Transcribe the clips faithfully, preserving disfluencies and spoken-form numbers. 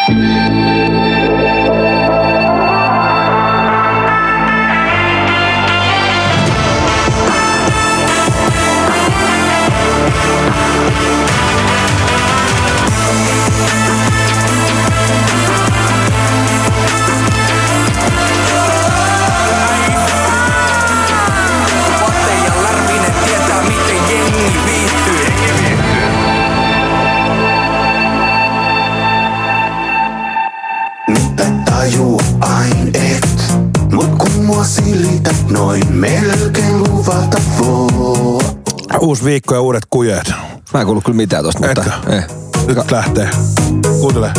Uusi viikko ja uudet kujeet. Mä en kuullut kyllä mitään tosta, mutta... Eh. Nyt lähtee. Kuuntele.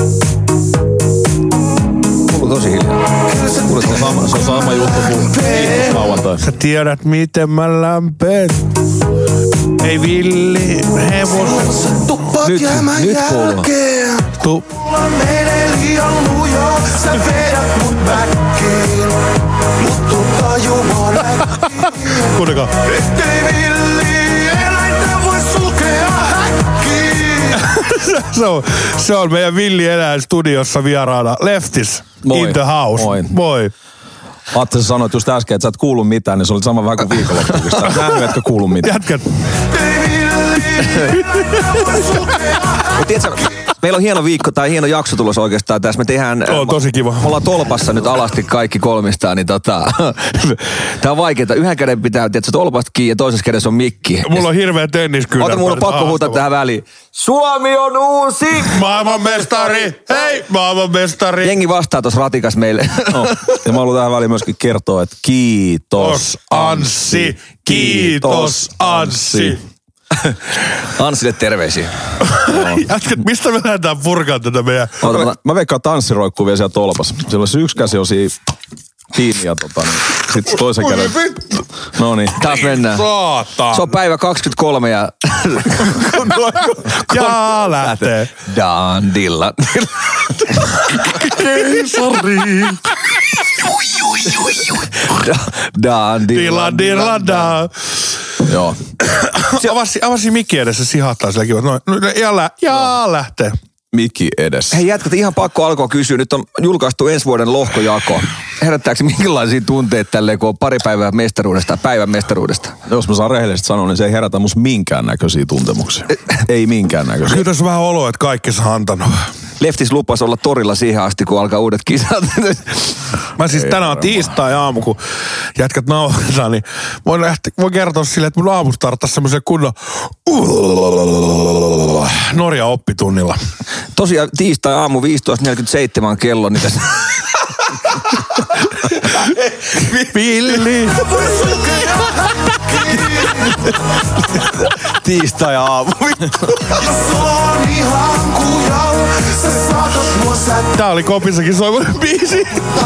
Kuuluu tosi hiljaa. Kuulet, se on sama, se on sama juttu kuin kiitoslauantai. Sä tiedät, miten mä lämpeen. Ei villi hevos. Nyt, nyt kuuluu. Tu... Menee liian lujo, sä vedät mut väkkiin. Mut tuu tajumaan äkkiin. Kuunnelkaa. Ettei villi eläintä voi sulkea häkkiin. se, on, se on meidän villi eläin studiossa vieraana. Leftis Moi. In the house. Moi. Moi. Atte, sä sanoit just äsken, että sä et kuullut mitään, niin se oli sama vähän kuin viikonloppuista. Nähnyt, etkö kuulu mitään. Jätkät. Mutta tiedätkö, meillä on hieno viikko tai hieno jakso tulossa oikeastaan tässä. Me tehdään... On tosi kiva. Me ollaan tolpassa nyt alasti kaikki kolmistaan, niin tota... Tää on vaikeeta. Yhden käden pitää, tiedätkö, tolpasta kiinni ja toisessa kädessä on mikki. Mulla on hirveä tenniskynä. Ota, mulla on pakko huutaa tähän väliin. Suomi on uusi! Maailmanmestari! Hei! Maailmanmestari! Jengi vastaa tuossa ratikas meille. No. Ja mä haluan tähän väliin myöskin kertoa, että kiitos Anssi! Kiitos Anssi! Ansille terveisiä. Jätkät, mistä me lähdetään purkaan tätä meidän... Mä, mä, mä veikkaan tanssiroikkuu vielä siellä tolpassa. Siellä se yksi käsi on siinä kiinni ja tota, niin sit toisen käden... No niin. Taas mennään. Saatan. Se on päivä kaksikymmentäkolme ja... Ja lähtee. Dan dilla. Keisari. Dan Dilla dilla da. Joo. Avasi, avasi mikki edessä, sihahtaa sillä kiva. Noin, ja, lä, ja lähtee. Mikki edessä. Hei jätkät, ihan pakko alkoi kysyä. Nyt on julkaistu ensi vuoden lohkojako. Herättääkö minkälaisia tunteita tälleen, kun on pari päivää mestaruudesta, päivän mestaruudesta? Jos mä saan rehellisesti sanoa, niin se ei herätä musta minkäännäköisiä tuntemuksia. Ei minkäännäköisiä. Kyllä tässä on vähän olo, että kaikki saa antanut. Leftis lupas olla torilla siihen asti, kun alkaa uudet kisat. Mä siis tänään on tiistai-aamu, kun jätkät nauhoittaa, niin voin, lähteä, voin kertoa silleen, että mun aamu starttaisi semmoisen kunnon Norja oppitunnilla. Tosiaan tiistai-aamu viisitoista neljäkymmentäseitsemän kello, niin tässä... Villi! Tiistai-aamu. Tää oli Kopissakin soivan biisi.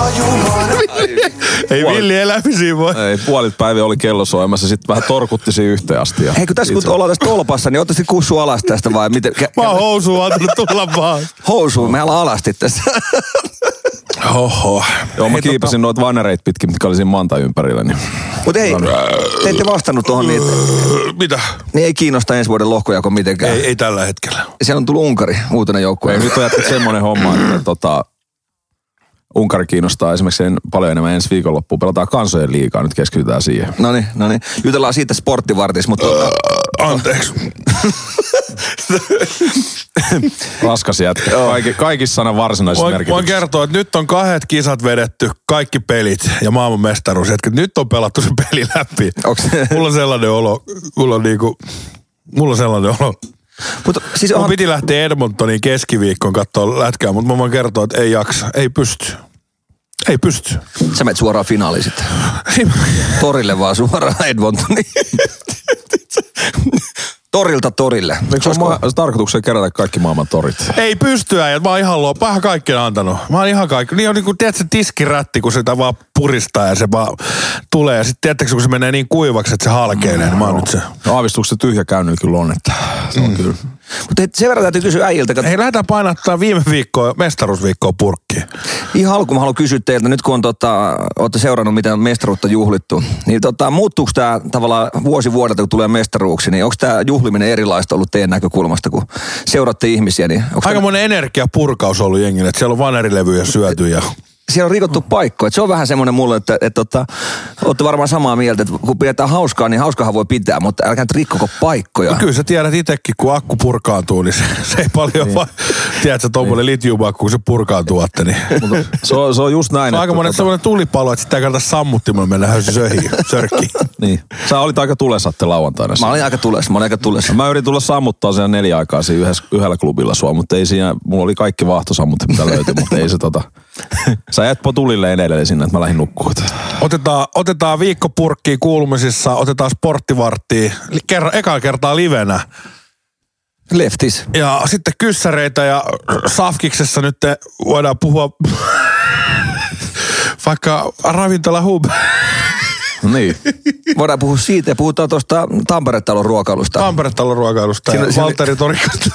Ei villi elämisiä voi. Ei, puolit päiviä oli kello soimassa, sitten vähän torkutti siihen yhteen asti. Ja hei, kun tässä kun ollaan tässä tolpassa, niin ottaisit kussu alas tästä vai miten? Mä oon housuun antanut tulla vaan. Housuun, me ollaan alasti tässä. Oho. Joo, mä kiipasin noita vannereita pitkin, mitkä oli siinä manta ympärillä. Niin. Mutta hei, te ette vastannut tuohon niin, mitä? Niin ei kiinnosta ensi vuoden lohkojako mitenkään. Ei, ei tällä hetkellä. Siellä on tullut Unkari, uutena joukkue. Ei, nyt on jättä semmoinen homma, että tota, Unkari kiinnostaa esimerkiksi paljon enemmän ensi viikonloppuun. Pelataan kansojen liigaa, nyt keskitytään siihen. No niin, no niin. Jutellaan siitä sporttivartissa, mutta... Anteeksi. Raskas jätkä. Kaikki, kaikissa sanan varsinaisissa voin, merkityksissä. voin kertoa, että nyt on kahdet kisat vedetty, kaikki pelit ja maailman mestaruus. Nyt on pelattu se peli läpi. Onks... Mulla on sellainen olo, mulla on niinku, mulla on sellainen olo. Mutta siis Mun onhan... piti lähteä Edmontoniin keskiviikkoon katsoa lätkää, mutta mä voin kertoa, että ei jaksa, ei pysty. Ei pysty. Sä menet suoraan finaaliin sitten. Torille vaan suoraan Edmontoniin. Torilta torille. Eikö se ole tarkoituksena kerätä kaikki maailman torit? Ei pystyä, ja mä oon ihan loppu. Mä oon kaikkea antanut. Mä oon ihan kaikki. Niin on niinku, tiedätkö, se tiskirätti, kun sitä vaan puristaa ja se vaan tulee. Ja sitten tiedätkö, kun se menee niin kuivaksi, että se halkeilee, niin mä oon nyt se. No, aavistukset tyhjä käynyt kyllä on, että se on mm. kyllä. Mutta sen verran täytyy kysyä äijiltä. Kat... Hei, lähdetään painattaa viime viikkoa, mestaruusviikkoa purkkiin. Ihan alkuun mä haluan kysyä teiltä, nyt kun on, tota, olette seurannut, miten mestaruutta juhlittu, niin tota, muuttuuko tämä tavallaan vuosi vuodelta, kun tulee mestaruuksi, niin onko tämä juhliminen erilaista ollut teidän näkökulmasta, kun seuraatte ihmisiä? Niin aika monen energiapurkaus ollut jengille, että siellä on vanerilevyjä syöty ja... Siellä on rikottu paikkoja. Se on vähän semmoinen mulle, että, että, että olette varmaan samaa mieltä, että kun pidetään hauskaa, niin hauskahan voi pitää, mutta älkää nyt rikkoko paikkoja. No kyllä sä tiedät itsekin, kun akku purkaantuu, niin se, se ei paljon niin. vaan... Tiedätkö, tuommoinen niin. litiumakku, kun se purkaantuu, että niin... se, on, se on just näin. Se on aika monen semmoinen tulipalo, että sitä ei kannata sammuttimella mennä höysi söhiin, sörkkiin. Niin. Sä olit aika tulessatte lauantaina. Mä olin aika tulessa, mä olin aika tulessa. Mä yritin tulla sammuttaa siellä neljä aikaa siinä yhdessä, yhdellä klubilla sua, mutta ei siinä... Mulla oli kaikki vaahtosammut, mitä löytyi, mutta ei se tota... Sä jäät po tulille edelleen sinne, että mä lähdin nukkuun. Otetaan, otetaan viikkopurkkiin kuulumisissa, otetaan sporttivarttiin, kerran, ekaa kertaa livenä. Leftis. Ja sitten kyssäreitä ja Safkiksessa nyt voidaan puhua vaikka ravintola hub. Niin. Voidaan puhua siitä ja puhutaan tuosta Tampere-talon ruokailusta. Tampere-talon ruokailusta ja siinä... Valtteri Torikosta.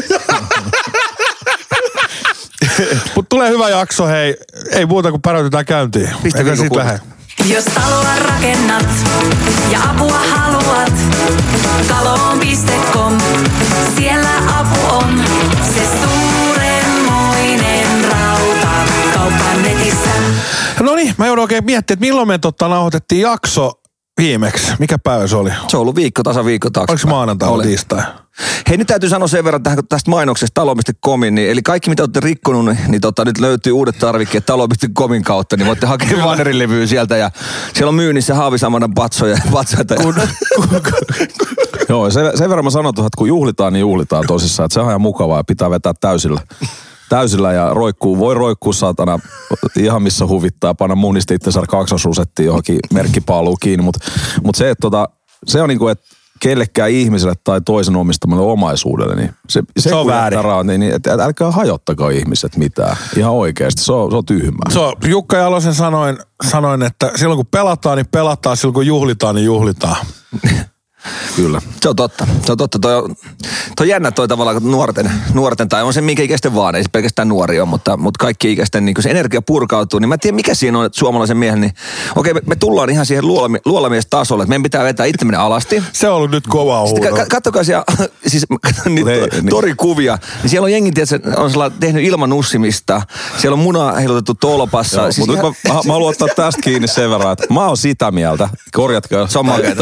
Mut tulee hyvä jakso, hei. Ei muuta kuin päräytetään käyntiin. Eikä sit lähde. Jos taloa rakennat ja apua haluat, kaloon piste com, siellä apu on. Se suurenmoinen rauta kaupan netissä. No niin, mä joudun oikein miettimään, että milloin me totta nauhoitettiin jakso viimeksi. Mikä päivä se oli? Se on ollut viikko, tasa viikko taakse. Oliko se maanantai vai tiistai? Hei, nyt täytyy sanoa sen verran tästä mainoksesta talo piste comin, niin, eli kaikki mitä olette rikkonut, niin, niin tota, nyt löytyy uudet tarvikkeet talo piste comin kautta, niin voitte hakea vanerilevyä sieltä ja siellä on myynnissä Haavisamanan patsoja. patsoja kun, kun, Joo, sen, sen verran mä sanon tuohon, että kun juhlitaan, niin juhlitaan tosissaan, että se on ihan mukavaa ja pitää vetää täysillä. Täysillä ja roikkuu, voi roikkuu saatana ihan missä huvittaa, panna munista itsensä kaksosusettiin johonkin merkkipaaluun kiinni, mutta mut se, että tota, se on niinku, että kellekään ihmiselle tai toisen omistamalle omaisuudelle, niin se, se, se on väärin. Niin, niin että älkää hajottakaa ihmiset mitään. Ihan oikeasti, se on, se on tyhmää. Se on, Jukka Jalosen sanoin, sanoin, että silloin kun pelataan, niin pelataan, silloin kun juhlitaan, niin juhlitaan. Kyllä. Se on totta. Se on totta. Toi on, toi jännä toi tavallaan nuorten, nuorten, tai on se minkä ikäisten vaan, ei se pelkästään nuori ole, mutta, mutta kaikki ikäisten, niin kun se energia purkautuu, niin mä en tiedä mikä siinä on, että suomalaisen miehen, niin okei, me, me tullaan ihan siihen luolami, luolamiestasolle, että meidän pitää vetää itsemme alasti. Se on ollut nyt kova huudo. Ka- kattokaa siellä, siis niitä Hei, to, torikuvia, niin siellä on jengi, tietysti, on tehnyt ilman nussimista, siellä on muna heilutettu tolpassa. Joo, siis mutta ihan... mä, mä haluan ottaa tästä kiinni sen verran, että mä oon sitä mieltä, korjatkaa. Se on makeeta.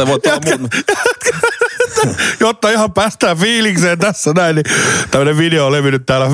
Jotta ihan päästään fiilikseen tässä näin, niin tämmönen video on levinnyt täällä.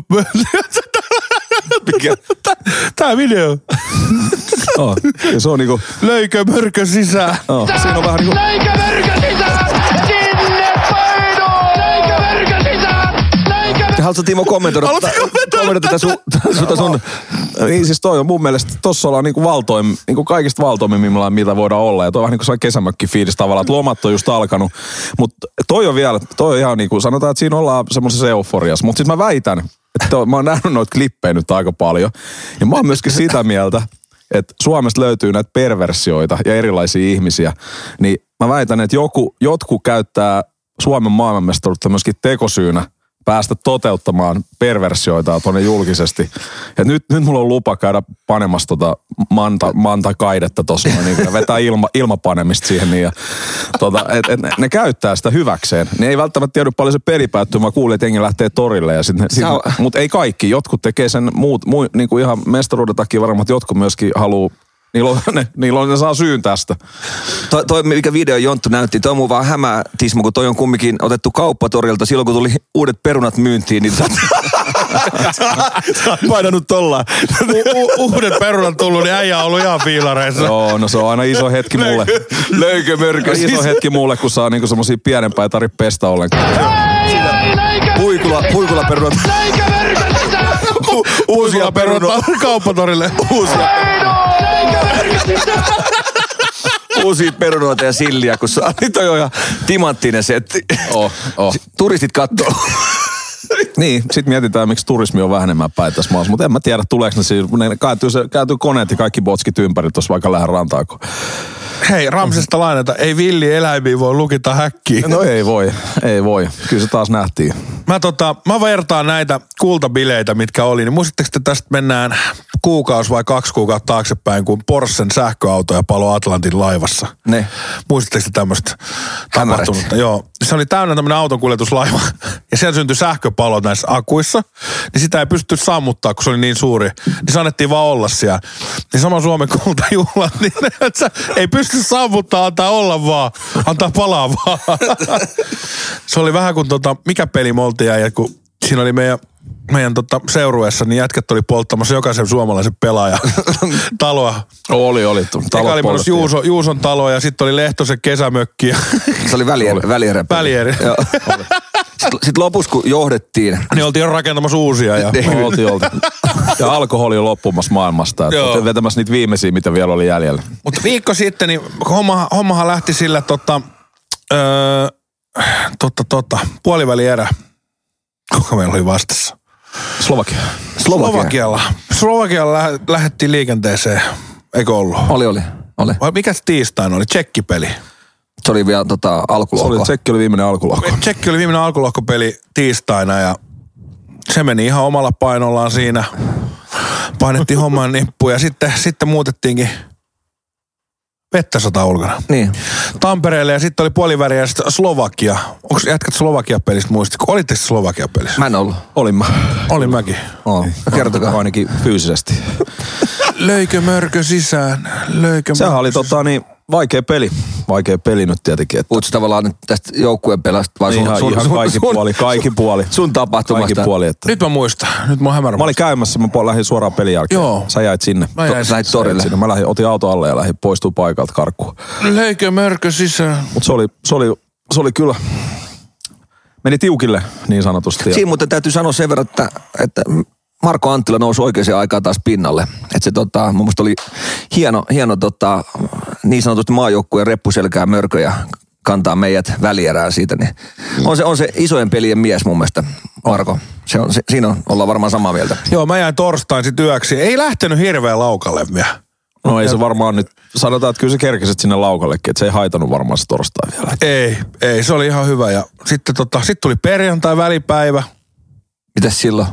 Tää video. Oh, se on niinku... Löikö mörkö sisään? Oh, siinä on vähän niinku... Löikö mörkö sisään? Sinne painoon! Löikö mörkö sisään? Löikö... Haluatko Timo kommentoida? Haluatko kommentoida tätä sun, sun, sun... Niin siis toi on mun mielestä, tossa ollaan niinku valtoim, niinku kaikista valtoimimmillaan, mitä voidaan olla. Ja toi on vähän niinku sellainen kesämökkifiilis tavallaan, että lomat on just alkanut. Mutta toi on vielä, toi on ihan niinku, sanotaan, että siinä ollaan semmoisessa euforiassa. Mutta siis mä väitän, että toi, mä oon nähnyt noita klippejä nyt aika paljon. Ja mä oon myöskin sitä mieltä, että Suomesta löytyy näitä perversioita ja erilaisia ihmisiä. Niin mä väitän, että joku, jotkut käyttää Suomen maailmanmestaruutta myöskin tekosyynä päästä toteuttamaan perversioita tuonne julkisesti. Ja nyt, nyt mulla on lupa käydä panemassa tota manta, manta kaidetta tuossa, niin vetää ilma, ilmapanemista siihen. Niin ja, tota, et, et, ne käyttää sitä hyväkseen. Ne ei välttämättä tiedä paljon se peli päättyy, vaan kuulee, että jengi lähtee torille. Ja sit, sit, mutta ei kaikki. Jotkut tekee sen muut, muu, niin kuin ihan mestaruuden takia varmaan, mutta jotkut myöskin haluaa. Niillä on, ne, niillä on, ne saa syyn tästä. Toi, toi mikä video Jonttu näytti, toi on mun vaan hämää, Tismo, kun toi on kumminkin otettu kauppatorilta silloin, kun tuli uudet perunat myyntiin, niin sä oot painanut tollaan. U- u- uudet perunat tullut, niin äijä on ollut ihan fiilareissa. Joo, no se on aina iso hetki mulle. Löykö mörkö. Iso hetki mulle, kun saa niinku semmosia pienempää, ei tarvitse pestä ollenkaan. Puikula, puikula perunat. Löikö mörkö sisään? U- uusia perunat kauppatorille. Uusia Uusia perunoita ja silliä, kun saa. Nyt on jo ihan timanttinen setti. Oh, oh. Turistit kattoo. Niin, sit mietitään, miksi turismi on vähenemään päin tässä maassa. Mutta en mä tiedä, tuleeko ne siis, ne kääntyy, se, kääntyy koneet ja kaikki botskit ympäri tuossa vaikka lähden rantaan. Kun... Hei, Ramsesta lainata, ei villi eläimiä voi lukita häkkiin. No ei voi, ei voi. Kyllä se taas nähtiin. Mä, tota, mä vertaan näitä kultabileitä, mitkä oli, niin muistatteko, että tästä mennään kuukausi vai kaksi kuukautta taaksepäin, kun Porschen sähköautoja palo Atlantin laivassa? Ne. Muistatteko te tämmöistä Hämärästi. tapahtunutta? Joo. Se oli täynnä tämmöinen autonkuljetuslaiva, ja siellä syntyi sähköpalot näissä akuissa, niin sitä ei pystytty sammuttaa, kun se oli niin suuri. Niin se annettiin vaan olla siellä. Niin sama Suomen kultajuhlat, niin että sä ei pysty sammuttaa, antaa olla vaan, antaa palaa vaan. Se oli vähän kuin tota, mikä peli me oltiin jäi, kun siinä oli meidän, meidän tota, seurueessa, niin jätkät oli polttamassa jokaisen suomalaisen pelaajan taloa. Oli, oli. Eka oli myös Juuso, Juuson talo ja sitten oli Lehtosen kesämökki. Ja Se oli välier, välieri. Välieri. Joo. Sitten, sitten lopussa, kun johdettiin. Niin oltiin jo rakentamassa uusia. Ja Oltiin, oltiin. Ja alkoholi on loppumassa maailmasta. Että oltiin vetämässä niitä viimeisiä, mitä vielä oli jäljellä. Mutta viikko sitten, niin homma, hommahan lähti sillä tota, öö, totta, totta, puolivälierä. Kuka meillä oli vastassa? Slovakia. Slovakia. Slovakialla. Slovakialla lä- lähdettiin liikenteeseen, eikö ollut? Oli, oli. oli. Vai mikä se tiistaina oli? Tsekkipeli. Se oli vielä tota, Se alkulohko. oli, Tsekki oli viimeinen alkulohko. Tsekki oli viimeinen alkulohkopeli tiistaina ja se meni ihan omalla painollaan siinä. Painettiin homman nippuun ja sitten, sitten muutettiinkin vettä sata ulkona. Niin. Tampereelle ja sitten oli puoliväriä ja sitten Slovakia. Onko jätkät Slovakia-pelistä muistiko? Olitteko Slovakia-pelissä? Mä en ollut. Olin mä. Olin mäkin. Oh. Kertokaa. Ainakin fyysisesti. Löikö mörkö sisään? Löikö Sehän mörkö oli sisään? tota niin, vaikea peli. Vaikea peli nyt tietenkin. Että Puhutko tavallaan nyt tästä joukkueen pelasta vai sun, ihan, sun, ihan sun, kaikki sun, puoli, kaikki puoli. sun tapahtumasta? Kaikki puoli. Että. Nyt mä muistan. Nyt mä oon hämärä. Mä olin käymässä, mä po- lähdin suoraan pelin jälkeen. Joo. Sä jäit sinne. Mä jäin Sä lähdit torille. Sinne. Mä lähdin, otin auto alle ja lähdin poistua paikalta karkuun. Löikö mörkö sisään? Mutta se oli, se, oli, se oli kyllä, meni tiukille niin sanotusti. Siinä muuten täytyy sanoa sen verran, että, että Marko Anttila nousi oikeaan aikaan taas pinnalle. Että se tota, mun mielestä oli hieno, hieno tota, niin sanotusti maajoukkueen reppuselkää mörköjä kantaa meidät välierään siitä. Niin on, se, on se isojen pelien mies mun mielestä, Marko. Se on, se, siinä on, ollaan varmaan samaa mieltä. Joo, mä jäin torstain sit yöksi. Ei lähtenyt hirveän laukalle vielä. No ei se varmaan nyt, sanotaan, että kyllä se kerkisit sinne laukallekin, että se ei haitanut varmaan se torstai vielä. Ei, ei, se oli ihan hyvä. Ja sitten tota, sit tuli perjantai välipäivä. Mitäs silloin?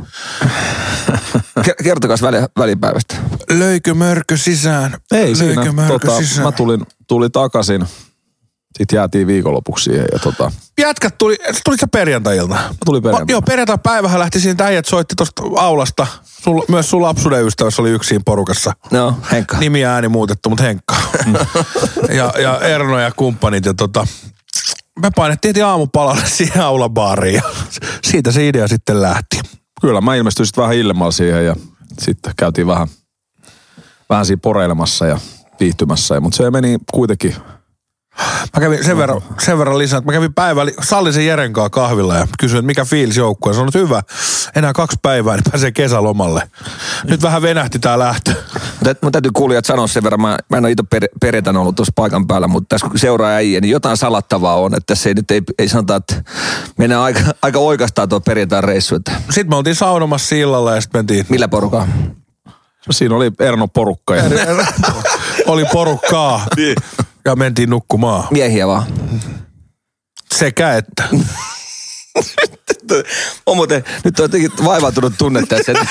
Kertokaa väli, välipäivästä. Löikö mörkö sisään? Ei Löikö siinä, mörkö tota, sisään? mä tulin, tulin takaisin, sitten jäätiin viikonlopuksi siihen ja tota, Jätkät tuli, tulit sä perjantai-ilta? mä tulin perjantai. Joo, perjantai-päivähän lähti siinä, äijät soitti tosta aulasta. Sul, myös sun lapsuuden ystävässä oli yksi siinä porukassa. No, Henkka. Nimi ja ääni muutettu, mutta Henkka. ja, ja Erno ja kumppanit ja tota... Me painettiin heti aamupalalle siihen aulabaariin ja siitä se idea sitten lähti. Kyllä, mä ilmestyin sitten vähän illemmalla siihen ja sitten käytiin vähän, vähän siinä poreilemassa ja viihtymässä. Mutta se meni kuitenkin. Mä kävin sen verran, sen verran lisää, että mä kävin päivällä Sallisen Jeren kanssa kahvilla ja kysyin, että mikä fiilis joukkue. Se on nyt hyvä. Enää kaksi päivää, niin pääsee kesälomalle. Nyt vähän venähti tää lähtö. Mun täytyy kuulijat sanoa sen verran, mä, mä en ole itse per, perjantaina ollut tuossa paikan päällä, mutta tässä kun seuraa äijä, niin jotain salattavaa on, että tässä ei nyt ei, ei sanota, että mennään aika, aika oikeastaan tuo perjantain reissu. Että Sitten me oltiin saunomassa illalla ja sitten mentiin. millä porukalla? Siinä oli Erno porukka ja Oli porukkaa ja mentiin nukkumaan. Miehiä vaan. Sekä että. On muuten, nyt on jotenkin vaivautunut tunne tässä. Että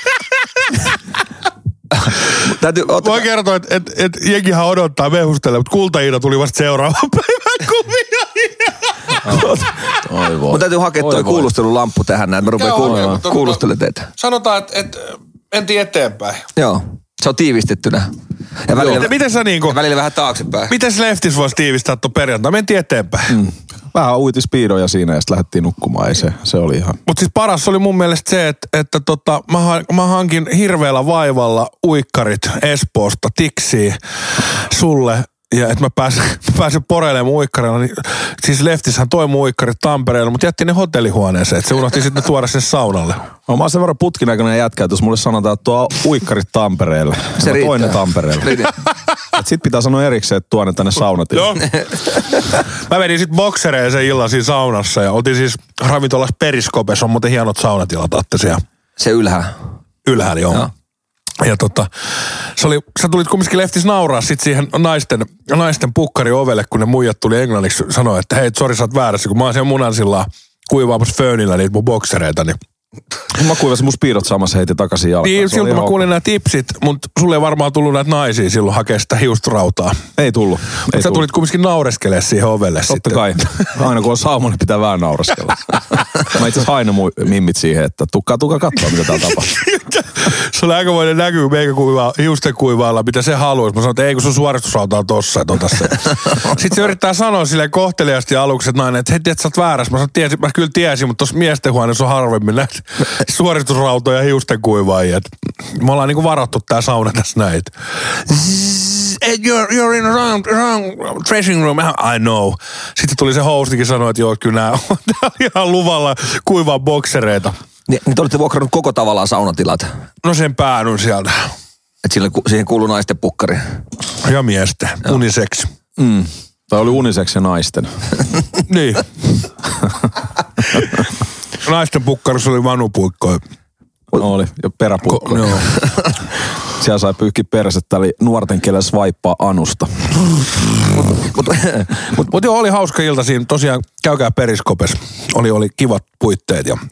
täytyy, otta, Voin kertoa, että et, et, jengihän odottaa mehustelee, mutta Kulta-Iida tuli vasta seuraavan päivän kuvia. mun täytyy hakea tuo kuulustelulamppu tähän näin, mä rupean Joo, kuul- mutta- kuulustelemaan teitä. Sanotaan, että et, mentiin eteenpäin. Joo, se on tiivistettynä. Ja välillä, Miten, miten sä niinku, ja välillä vähän taaksepäin. miten Leftis voisi tiivistää tuon perjantai? Mentiin eteenpäin. Mm. vähän uiti speedoja siinä ja sitten lähdettiin nukkumaan. Ei se, se oli ihan... Mutta siis paras oli mun mielestä se, että, että tota, mä, ha- mä hankin hirveällä vaivalla uikkarit Espoosta tiksiin sulle. Ja että mä pääsen, mä pääsen poreilemaan uikkarilla. Niin, siis Leftishän toi mun uikkarit Tampereelle, mutta jätti ne hotellihuoneeseen. Että se unohti sitten tuoda sen saunalle. No, mä oon sen verran putkinäköinen jätkä, että jos mulle sanotaan, että tuo uikkarit Tampereelle. Se ja toinen riittää. Tampereelle. Et sit pitää sanoa erikseen, että tuo ne tänne saunatilaan. Joo. Mä menin sitten boksereeseen illan siinä saunassa ja oltiin siis ravintolassa Periskopessa. On muuten hienot saunatilat, ootte siellä Se ylhää. ylhäällä, joo. Joo. Ja tota, se oli, sä tulit kumminkin Leftis nauraa sit siihen naisten, naisten pukkari ovelle, kun ne muijat tuli englanniksi sanoa, että hei, sori, sä oot väärässä, kun mä oon siellä Munansillaan kuivaamassa föönillä niitä mun boksereita, niin Mä kuivasin mun spiirot samassa heitin takaisin jalkaan. Niin, siltä mä kuulin nämä tipsit, mutta sulle ei varmaan tullut näitä naisia silloin hakea sitä hiustrautaa. Ei tullut. Ei Mutta sä tullut. tulit kumminkin naureskelemaan siihen ovelle Totta sitten. kai. Aina kun on sauma, niin pitää vähän naureskella. Mä itse asiassa aina mu- mimmit siihen, että tukkaa, tukkaa katsoa, mitä täällä tapahtuu. Se oli aikamoinen näkyy meikä kuivaa, hiusten kuivailla, mitä se haluaisi. Mä sanoin, että ei kun sun suoristusrauta on tossa, että ota se. Sitten se yrittää sanoa silleen kohteliasti aluksi, että nainen, että hei, tiedät, sä oot väärässä. Mä sanoin, tiesin, mä kyllä tiesin, mutta tuossa miesten huoneessa on harvemmin näitä suoristusrautoja ja hiusten kuivaajia. Me ollaan niinku varattu tää sauna tässä näitä. You're, you're in a wrong, wrong dressing room. I know. Sitten tuli se hostikin sanoa, että joo, kyllä nää on ihan luvalla kuivaa boksereita. Niin, niin te olette vuokrannut koko tavallaan saunatilat. No sen pään on sieltä. Että sille, siihen kuuluu naisten pukkari. Ja miesten. Uniseksi. Mm. Tai oli uniseksi ja naisten. Niin. Naisten pukkarissa oli vanupuikkoja. Oli, ja peräpukko. Ko- joo. Siellä sai pyyhkiä perässä, että oli nuorten kielellä swaippaa anusta. Mutta mut joo, oli hauska ilta siinä. Tosiaan käykää Periskopes. Oli, oli kivat puitteet ja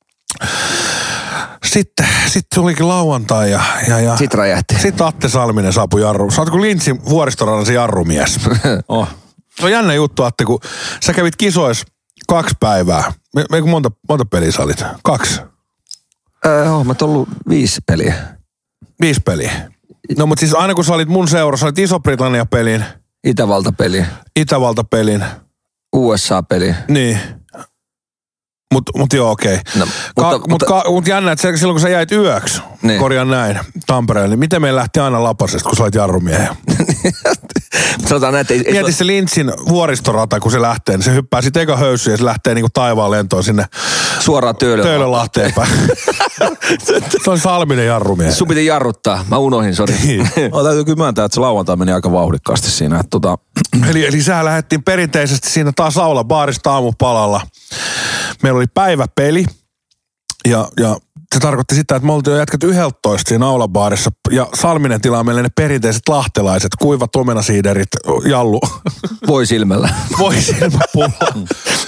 sitten, sitten olikin lauantai ja... ja, ja Sitten räjähti. Sitten Atte Salminen saapui jarru. Sä oot kuin Lintsin vuoristorannan se jarrumies. Oh. Se on jännä juttu, Atte, kun sä kävit kisoissa kaksi päivää. Me, me monta, monta peliä sä olit? Kaksi? Öö, oh, mä oon ollut viisi peliä. Viisi peliä. No mutta siis aina kun sä olit mun seurassa, sä olit Iso-Britannia-pelin, Itävalta-peli, Itävalta-pelin. U S A-peli. Niin. Mut, mut joo, okei. Okay. No, Ka- mutta- mut, mutta- ka- mut jännä, että se- silloin kun sä jäit yöksi, Niin. korjaan näin, Tampereelle, niin miten meillä lähti aina lapasesta, kun sä olit jarrumiehiä? Sanotaan näin, että ei, ei Mieti se Lintsin vuoristorata, kun se lähtee, niin se hyppää sit eka höysyyn ja se lähtee niinku taivaan lentoon sinne suoraan Töölön. Töölönlahteen päin. Se on Salminen jarrumiehi. Sun piti jarruttaa. Mä unohdin, sori. No, täytyy kyllä myöntää, että se lauantai meni aika vauhdikkaasti siinä. Että tota, Eli, eli sä lähdettiin perinteisesti siinä taas Aula baarista aamupalalla. Meillä oli päiväpeli ja, ja se tarkoitti sitä, että me oltiin jo jätkät yhdeltoista siinä Aula-baarissa ja Salminen tilaa meille ne perinteiset lahtelaiset, kuivat omenasiiderit, jallu, Voi silmällä. voi silmäpulla.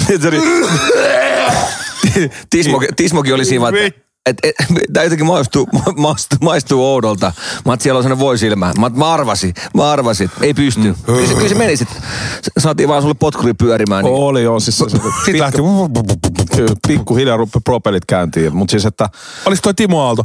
Tismokin, Tismokin oli siinä, että et, et, tää jotenkin maistuu, maistuu, maistuu oudolta. Mä oon, siellä on sellainen voi silmä. Mä, mä arvasin, mä arvasin. Ei pysty. Mm. Kyllä, se, kyllä se meni sit. Saatiin vaan sulle potkuri pyörimään. Niin. oli joo, siis se, se, Sitten lähti, pikkuhiljaa ruppe propelit käyntiin. Mutta siis, että olis toi Timo Aalto.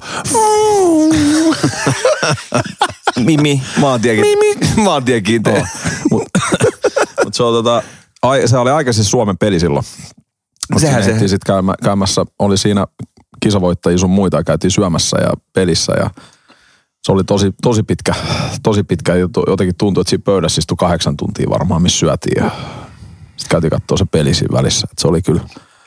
Mimi, maantiekin. Mimi. Maantiekiinteä. Mutta mut se, on, tota, ai, se oli aika siis Suomen peli silloin. Mut Sehän se. sitten käymä, käymässä, oli siinä kisavoittajia sun muita ja käytiin syömässä ja pelissä ja se oli tosi, tosi pitkä, tosi pitkä ja jotenkin tuntui, että siinä pöydässä istui kahdeksan tuntia varmaan, missä syötiin ja sitten käytiin katsoa se peli siinä välissä. Et se oli kyllä,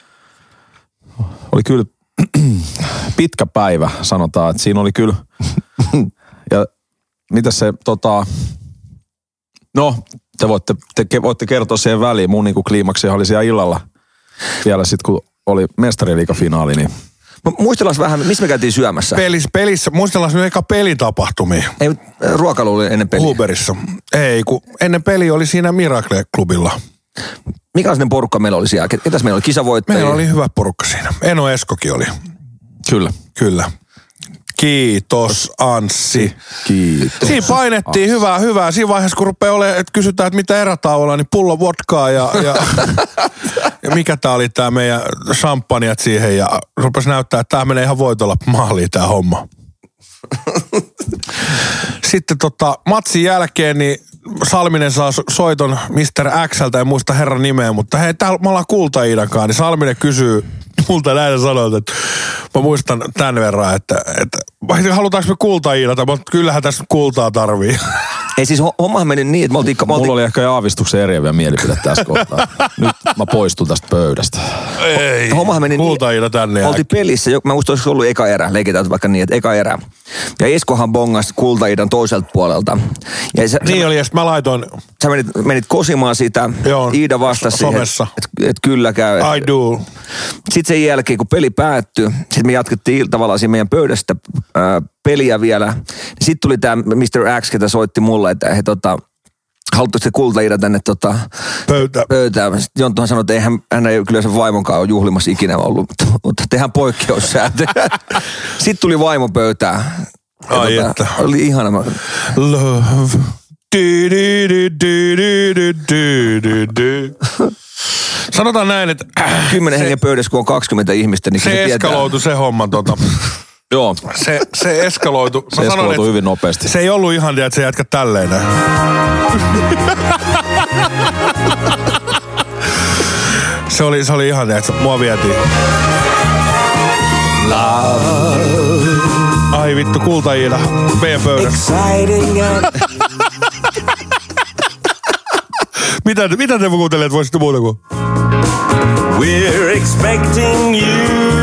oli kyllä pitkä päivä, sanotaan, että siinä oli kyllä ja mitä se tota, no te voitte, te voitte kertoa siihen väliin, mun niinku kliimaksi oli siellä illalla vielä sitten kun oli mestariliigafinaali, niin Muistellaan vähän, missä me käytiin syömässä. Pelissä, pelissä, muistellaan nyt eka pelitapahtumia. Ei, ruokailu oli ennen peliä. Huberissa. Ei, kun ennen peli oli siinä Miracle-klubilla. Mikälainen porukka meillä oli siellä? Ketäs meillä oli? Kisavoittajia? Meillä oli hyvä porukka siinä. Eno Eskokin oli. kyllä. Kyllä. Kiitos, Anssi. Kiitos. Siinä painettiin hyvää, hyvää. Siinä vaiheessa, kun rupeaa olemaan, että kysytään, että mitä erätauolla, niin pullo vodkaa ja, ja, ja mikä tää oli tää meidän champanjat siihen. Ja rupesi näyttää, että tää menee ihan voitolla maaliin tää homma. Sitten tota, matsin jälkeen, niin Salminen saa soiton mister Xltä, en muista herran nimeä, mutta hei, täällä me ollaan Kulta-Iidankaan, niin Salminen kysyy multa näin sanoit, että mä muistan tämän verran, että, että halutaanko me Kulta-Iidata, mutta kyllähän tässä kultaa tarvii. Ei siis hommahan meni niin, että me oltiin... Me oltiin... Mulla oli ehkä aavistuksen eriäviä mielipide tässä kohtaa. Nyt mä poistun tästä pöydästä. Ei, Hommahan meni niin, Kulta-Iida tänne. me oltiin pelissä, jo- mä muistan, olisiko ollut eka erä, leikitään vaikka niin, että eka erä. Ja Eskohan bongasi Kulta-Iidan toiselta puolelta. Ja sä, Niin sä, oli, ja sitten mä laitoin, sä menit, menit kosimaan sitä, Joo, Iida vastasi siihen, somessa. että et kyllä käy. I do. Sitten sen jälkeen, kun peli päättyi, sitten me jatkettiin tavallaan siinä meidän pöydästä ää, peliä vielä. Sitten tuli tämä mister X, ketä soitti mulle, että he tota, haluttu sitten Kulta-Iida tänne tota, Pöytä. pöytään. Sitten Jonttuhan sanoi, että ei hän, hän ei kyllä sen vaimonkaan ole juhlimassa ikinä ollut, mutta, mutta tehdään poikkeussääntö. Sitten tuli vaimo pöytään. Ja Ai tota, että. oli ihana. Love. Du, du, du, du, du, du, du, du. Sanotaan näin, että Kymmenen hengen pöydässä, kun on kaksikymmentä ihmistä, niin se se tietää. eskaloitu se homma tota. Joo, Se, se eskaloitu. Mä se sanon, eskaloituu että hyvin nopeasti. se ei ollut ihan, että se jätkä tälleen näin. Se oli, se oli ihan, että mua vietiin. Ai vittu, Kulta-Iida, meidän pöydässä. mitä, mitä te kuuntelet, voisitte muuta kuin? We're expecting you.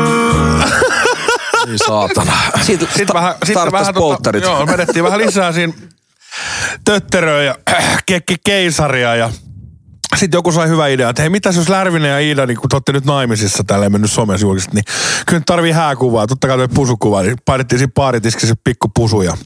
Ei saatana. Siitä Sitten vähän, sitten vähän polttarit. Tota, joo, vedettiin vähän lisää siinä tötteröä ja äh, kekki keisaria ja sitten joku sai hyvä idea, että hei, mitäs jos Lärvinen ja Iida, niin kun te olette nyt naimisissa, tälleen mennyt somessa julkisesti, niin kyllä nyt tarvii hääkuvaa, totta kai toi pusukuva, niin painettiin siinä baaritiskissä pikku pusu ja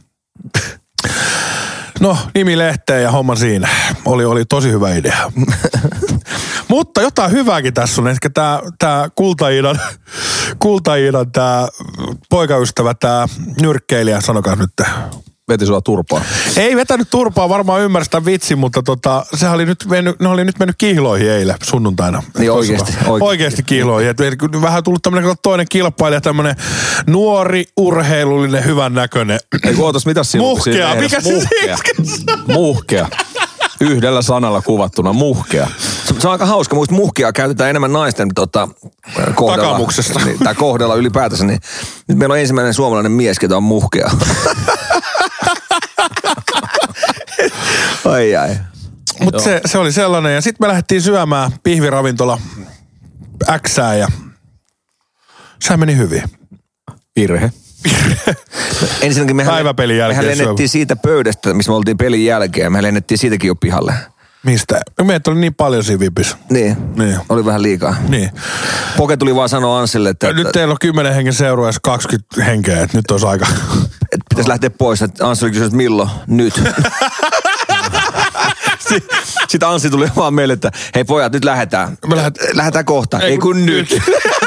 no, nimi lehteen ja homma siinä. Oli, oli tosi hyvä idea. Mutta jotain hyvääkin tässä on. Ehkä tää, tää Kulta-Iidan, Kulta-Iidan tää poikaystävä, tää nyrkkeilijä, sanokaa nyt. Veti sua turpaa. Ei vetänyt turpaa, varmaan ymmärsi tämän vitsin, mutta tota, sehän oli nyt mennyt, ne oli nyt mennyt kihloihin eilen sunnuntaina. Niin oikeesti, oikeesti. Oikeesti kihloihin. Et vähän tullut tämmönen toinen kilpailija, tämmönen nuori, urheilullinen, hyvän näköinen. Ei kun ootas, mitäs siinä Muhkea, siinä mikä lehdessä? se Muhkea. siksi? Muhkea. Yhdellä sanalla kuvattuna, muhkea. Se, se on aika hauska, muista muhkia käytetään enemmän naisten tota, kohdalla. Takamuksesta. Niin, tai kohdalla ylipäätänsä, niin nyt meillä on ensimmäinen suomalainen mies, ketä on muhkea. ai ai. Mutta se, se oli sellainen. Ja sitten me lähdettiin syömään pihviravintola Xää ja sehän meni hyvin. Virhe. Ensinnäkin mehän, Päiväpelin jälkeen mehän lennettiin syömä. siitä pöydästä, missä me oltiin pelin jälkeen. Me lennettiin siitäkin jo pihalle. Mistä? No meitä oli niin paljon siinä vipissä. Niin, Niin. oli vähän liikaa. Niin. Poke tuli vaan sanoa Anssille, että, Ja nyt että, teillä on kymmenen hengen seuraajassa kaksikymmentä henkeä, että nyt olisi aika. että pitäisi lähteä pois. Että Anssi oli kysynyt, että milloin? Nyt. Sitten Anssi tuli vaan meille, että hei pojat, nyt lähdetään. Me lähet... Lähdetään kohta. Ei, ei kun nyt.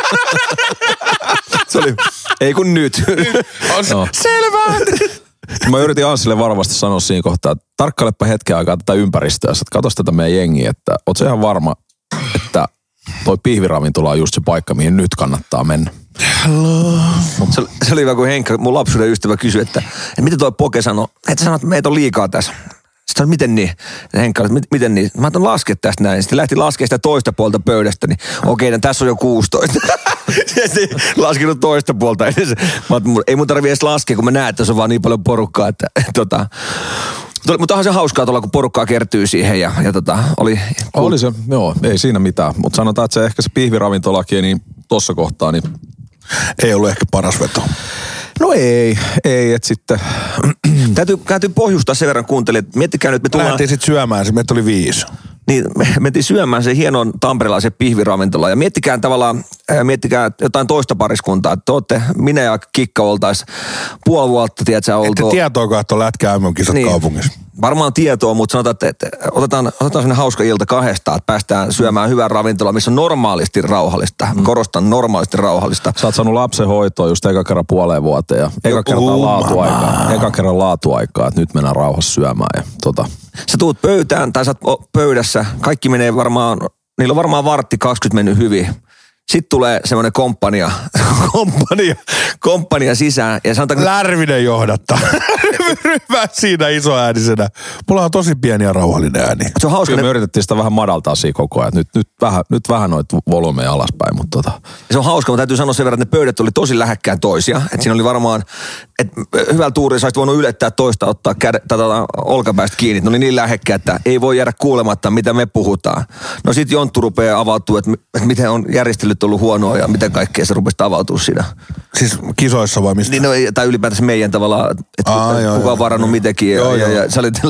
Se oli, ei kun nyt. On se, No. selvä! Mä yritin Anssille varmasti sanoa siinä kohtaa, että tarkkailepa hetken aikaa tätä ympäristöä. Että katos tätä meidän jengiä, että oot sä ihan varma, että toi pihviravintola on just se paikka, mihin nyt kannattaa mennä. Se, se oli hyvä, kun Henkka, mun lapsuuden ystävä, kysyi, että, että miten toi Poke sanoi, että sanoi, että meitä on liikaa tässä. Sitten miten niin? Ja Henkka, että miten niin? Mä otan laskea tästä näin. Sitten lähti laskemaan sitä toista puolta pöydästä, niin okei, no, tässä on jo kuusitoista. Ja sitten laskenut toista puolta. Mä otan, ei mun tarvitse edes laskea, kun mä näen, että tässä on vaan niin paljon porukkaa, että tota... Mutta onhan se hauskaa tuolla, kun porukkaa kertyy siihen ja, ja tota, oli... Oli se, joo, ei siinä mitään. Mutta sanotaan, että se ehkä se pihviravintolaki, niin tossa kohtaa, niin... Ei ollut ehkä paras veto. No ei, ei, että sitten... Täytyy, täytyy pohjustaa sen verran kuuntelijat. Miettikää nyt, me tullaan... Lähdettiin sitten syömään, se meitä oli viisi. Niin, me mentiin syömään se hienon tamperelaisen pihviravintola ja miettikää tavallaan, ää, miettikää jotain toista pariskuntaa. Että ootte, minä ja Kikka oltais puoli vuotta, tiedätkö, oltu... Ette tietoakaan, että on lätkä M M-kisat Niin. kaupungissa. Varmaan tietoa, mutta sanotaan, että, että otetaan, otetaan sellainen hauska ilta kahdestaan, että päästään syömään hyvää ravintolaa, missä on normaalisti rauhallista. Mm. Korostan, normaalisti rauhallista. Sä oot saanut lapsen hoitoa just eka kerran puoleen vuoteen ja eka kerran Uh, laatuaikaa. Eka kerran laatuaikaa, että nyt mennään rauhassa syömään ja tota... Sä tuut pöytään tai sä oot pöydässä, kaikki menee varmaan, niillä on varmaan vartti kaksikymmentä mennyt hyvin. Sitten tulee semmoinen komppania, komppania, komppania sisään ja sanotaan... Lärvinen johdattaa. Ryhmää siinä isoäänisenä. Mulla on tosi pieni ja rauhallinen ääni. Se on hauska, Kyllä me ne, yritettiin sitä vähän madaltaa siinä koko ajan. Nyt, nyt vähän, nyt vähän noita volyymeja alaspäin, mutta tota... se on hauska, mutta täytyy sanoa sen verran, että ne pöydät oli tosi lähekkään toisia. Että siinä oli varmaan, että hyvällä tuurilla sä olisit voinut ylettää toista, ottaa käde, tätä olkapäästä kiinni. Ne oli niin lähekkää, että ei voi jäädä kuulematta, mitä me puhutaan. No sit Jonttu rupeaa avautua, että, että miten on järjestelyt ollut huonoa ja miten kaikkea se rupesi avautua siinä. Siis kisoissa vai mistä? Niin, no, tai ylipäätänsä meidän tavallaan, että Aa, joo, kuka joo. on varannut mitäkin. Ja, Joo, ja, joo. ja sä olit,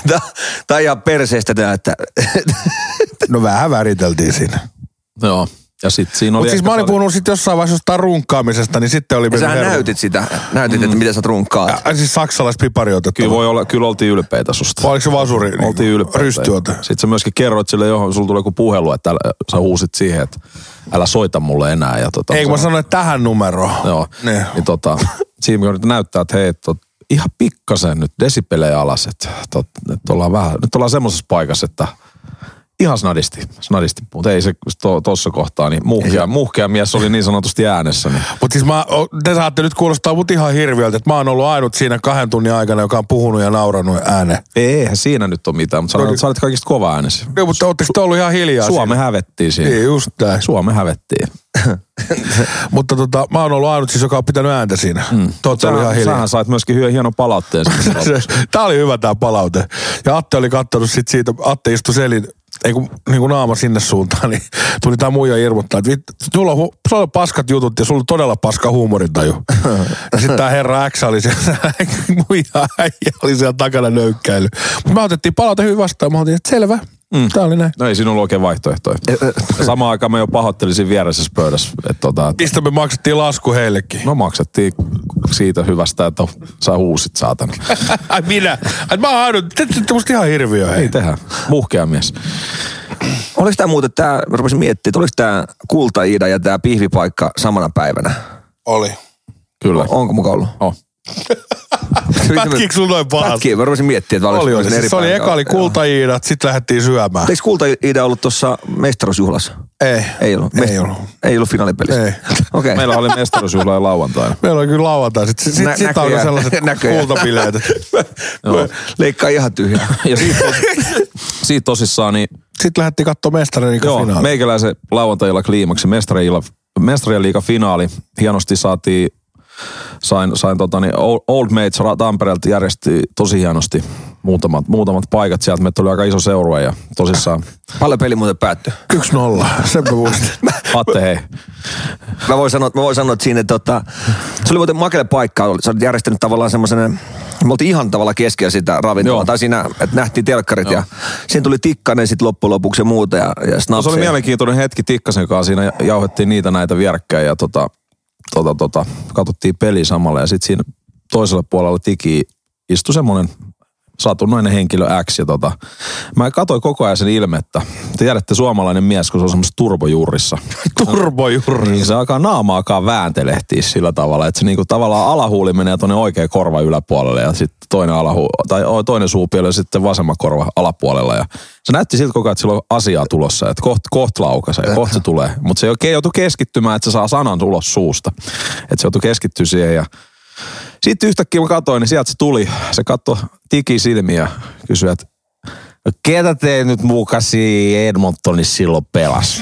tämä on ihan perseestä tämä, että No vähän väriteltiin siinä. Joo. Ja sit siinä oli... Mutta siis mä olin oli... puhunut sit jossain vaiheessa jostain runkkaamisesta, niin sitten oli... Ja sähän hermo. näytit sitä, näytit, mm. että miten sä runkkaat. Ja, siis saksalais pipariotettava. Kyllä, voi olla, kyllä oltiin ylpeitä susta. Oliko se vasuri? Niin oltiin ylpeitä. Rystyote. Sitten sä myöskin kerroit sille, johon sulla tuli joku puhelu, että älä, sä huusit siihen, että älä soita mulle enää. Ja tota, ei, kun mä sanoin, että tähän numeroon. Joo. Niin. Niin tota, siinä kun nyt näyttää, että hei, tot, ihan pikkasen nyt desibelejä alas, että tot, nyt ollaan vähän, nyt ollaan semmoisessa paikassa, että ihan snadisti, snadisti, mutta ei se tuossa to, kohtaa, niin muhkea, muhkea mies oli niin sanotusti äänessä. Niin. Mutta siis mä, te saatte nyt kuulostaa mut ihan hirviöltä, että mä oon ollut ainut siinä kahden tunnin aikana, joka on puhunut ja nauranut ääneen. Eihän siinä nyt ole mitään, mutta sanotaan, että sä olet kaikista kova äänessä. Joo, mutta ootteko te ollut ihan hiljaa Suome siinä? hävettiin siinä. Niin, just näin. Suome hävettiin. Mutta tota, mä oon ollut ainut siis, joka on pitänyt ääntä siinä. Mm. Totta oli ihan hiljaa. Sähän sait myöskin hyvän hienon palautteen. Tää oli hyvä tää palaute. Ja Atte oli kattonut sit siitä, Atte istui selin, ei kun, niin kuin naama sinne suuntaan, niin tuli tää muija irmuttaa, että vittu, sulla on, sulla on paskat jutut ja sulla on todella paska huumorintaju. Ja sit tää herra X oli siellä, muija äijä oli siellä takana nöykkäily. Mutta me otettiin palaute hyvin vastaan, mä otin, että selvä. Mm. Tää oli näin. No ei siinä ollut oikein vaihtoehtoja. Samaan aikaan me jo pahoittelisin vieressä pöydässä. Että tota, mistä me maksettiin lasku heillekin? No maksettiin siitä hyvästä, että sä huusit saatana. Ai minä? Ai mä oon ainut, te teette musta ihan hirviö. Ei tehdä. Muhkea mies. Oliko tää muuten tää, mä rupesin miettimään, että oliko tää Kulta-Iida ja tää pihvipaikka samana päivänä? Oli. Kyllä. Onko mukaan ollut? Oh. Pätkiikö sulla noin pahasti? Pätkii, mä rupesin miettimään, että oli, oliko oli. Siis se oli eka oli Kulta-Iidat, sit lähdettiin syömään. Eikö Kulta-Iida ollut tuossa mestaruusjuhlassa? Ei. Ei ollut. Ei Mest- ollut. Ei ollut finaalipelissä? Ei. Okay. Meillä oli mestaruusjuhla ja lauantaina. Meillä oli kyllä lauantai. Sitten sit, Nä- sit on sellaiset kultabileet. Leikkaa ihan tyhjää. Ja siitä, tos, siitä tosissaan niin... Sitten lähdettiin katsomaan mestariliigan finaali. Meikäläisen lauantai-illan kliimaksi, mestarien liigan finaali. Hienosti saatiin, sain, sain tota niin, Old Mates Tampereelta järjesti tosi hienosti muutamat, muutamat paikat sieltä. Meitä oli aika iso seurue ja tosissaan... Paljon peli muuten päättyi? yksi nolla, sen mä muistin. Atte, hei. Mä voin sanoa, mä voin sanoa että siinä, että tota, se oli muuten makea paikka. Sä olet järjestänyt tavallaan semmoisen, me oltiin ihan tavallaan keskellä sitä ravintolaa. Tai siinä, että nähtiin telkkarit. Joo. Ja siinä tuli Tikkanen sitten loppujen lopuksi ja muuta ja, ja snapsia. No, se oli mielenkiintoinen hetki Tikkasen kanssa. Siinä jauhettiin niitä näitä vierekkäin ja tota, tota, tota, katsottiin peli samalla. Ja sitten siinä toisella puolella Tiki istui semmoinen satunnainen henkilö X. Ja tota, mä katsoin koko ajan sen ilmettä. Te tiedätte suomalainen mies, kun se on semmoisessa turbojurrissa. Turbojurrissa? Niin se alkaa naamaakaan vääntelehtiä sillä tavalla, että se niinku tavallaan alahuuli menee tuonne oikea korva yläpuolelle ja sitten toinen, alahu, tai toinen suupieli ja sitten vasemman korva alapuolella. Ja se näytti siltä koko ajan, että sillä on asiaa tulossa, että kohta koht laukaisee, kohta se tulee. Mutta se oikein joutui keskittymään, että se saa sanan ulos suusta. Että se joutui keskittyä siihen ja sitten yhtäkkiä mä katsoin, niin sieltä se tuli. Se katsoi Tiki silmiä ja kysyi, että no ketä te nyt mukasi Edmontonissa silloin pelas?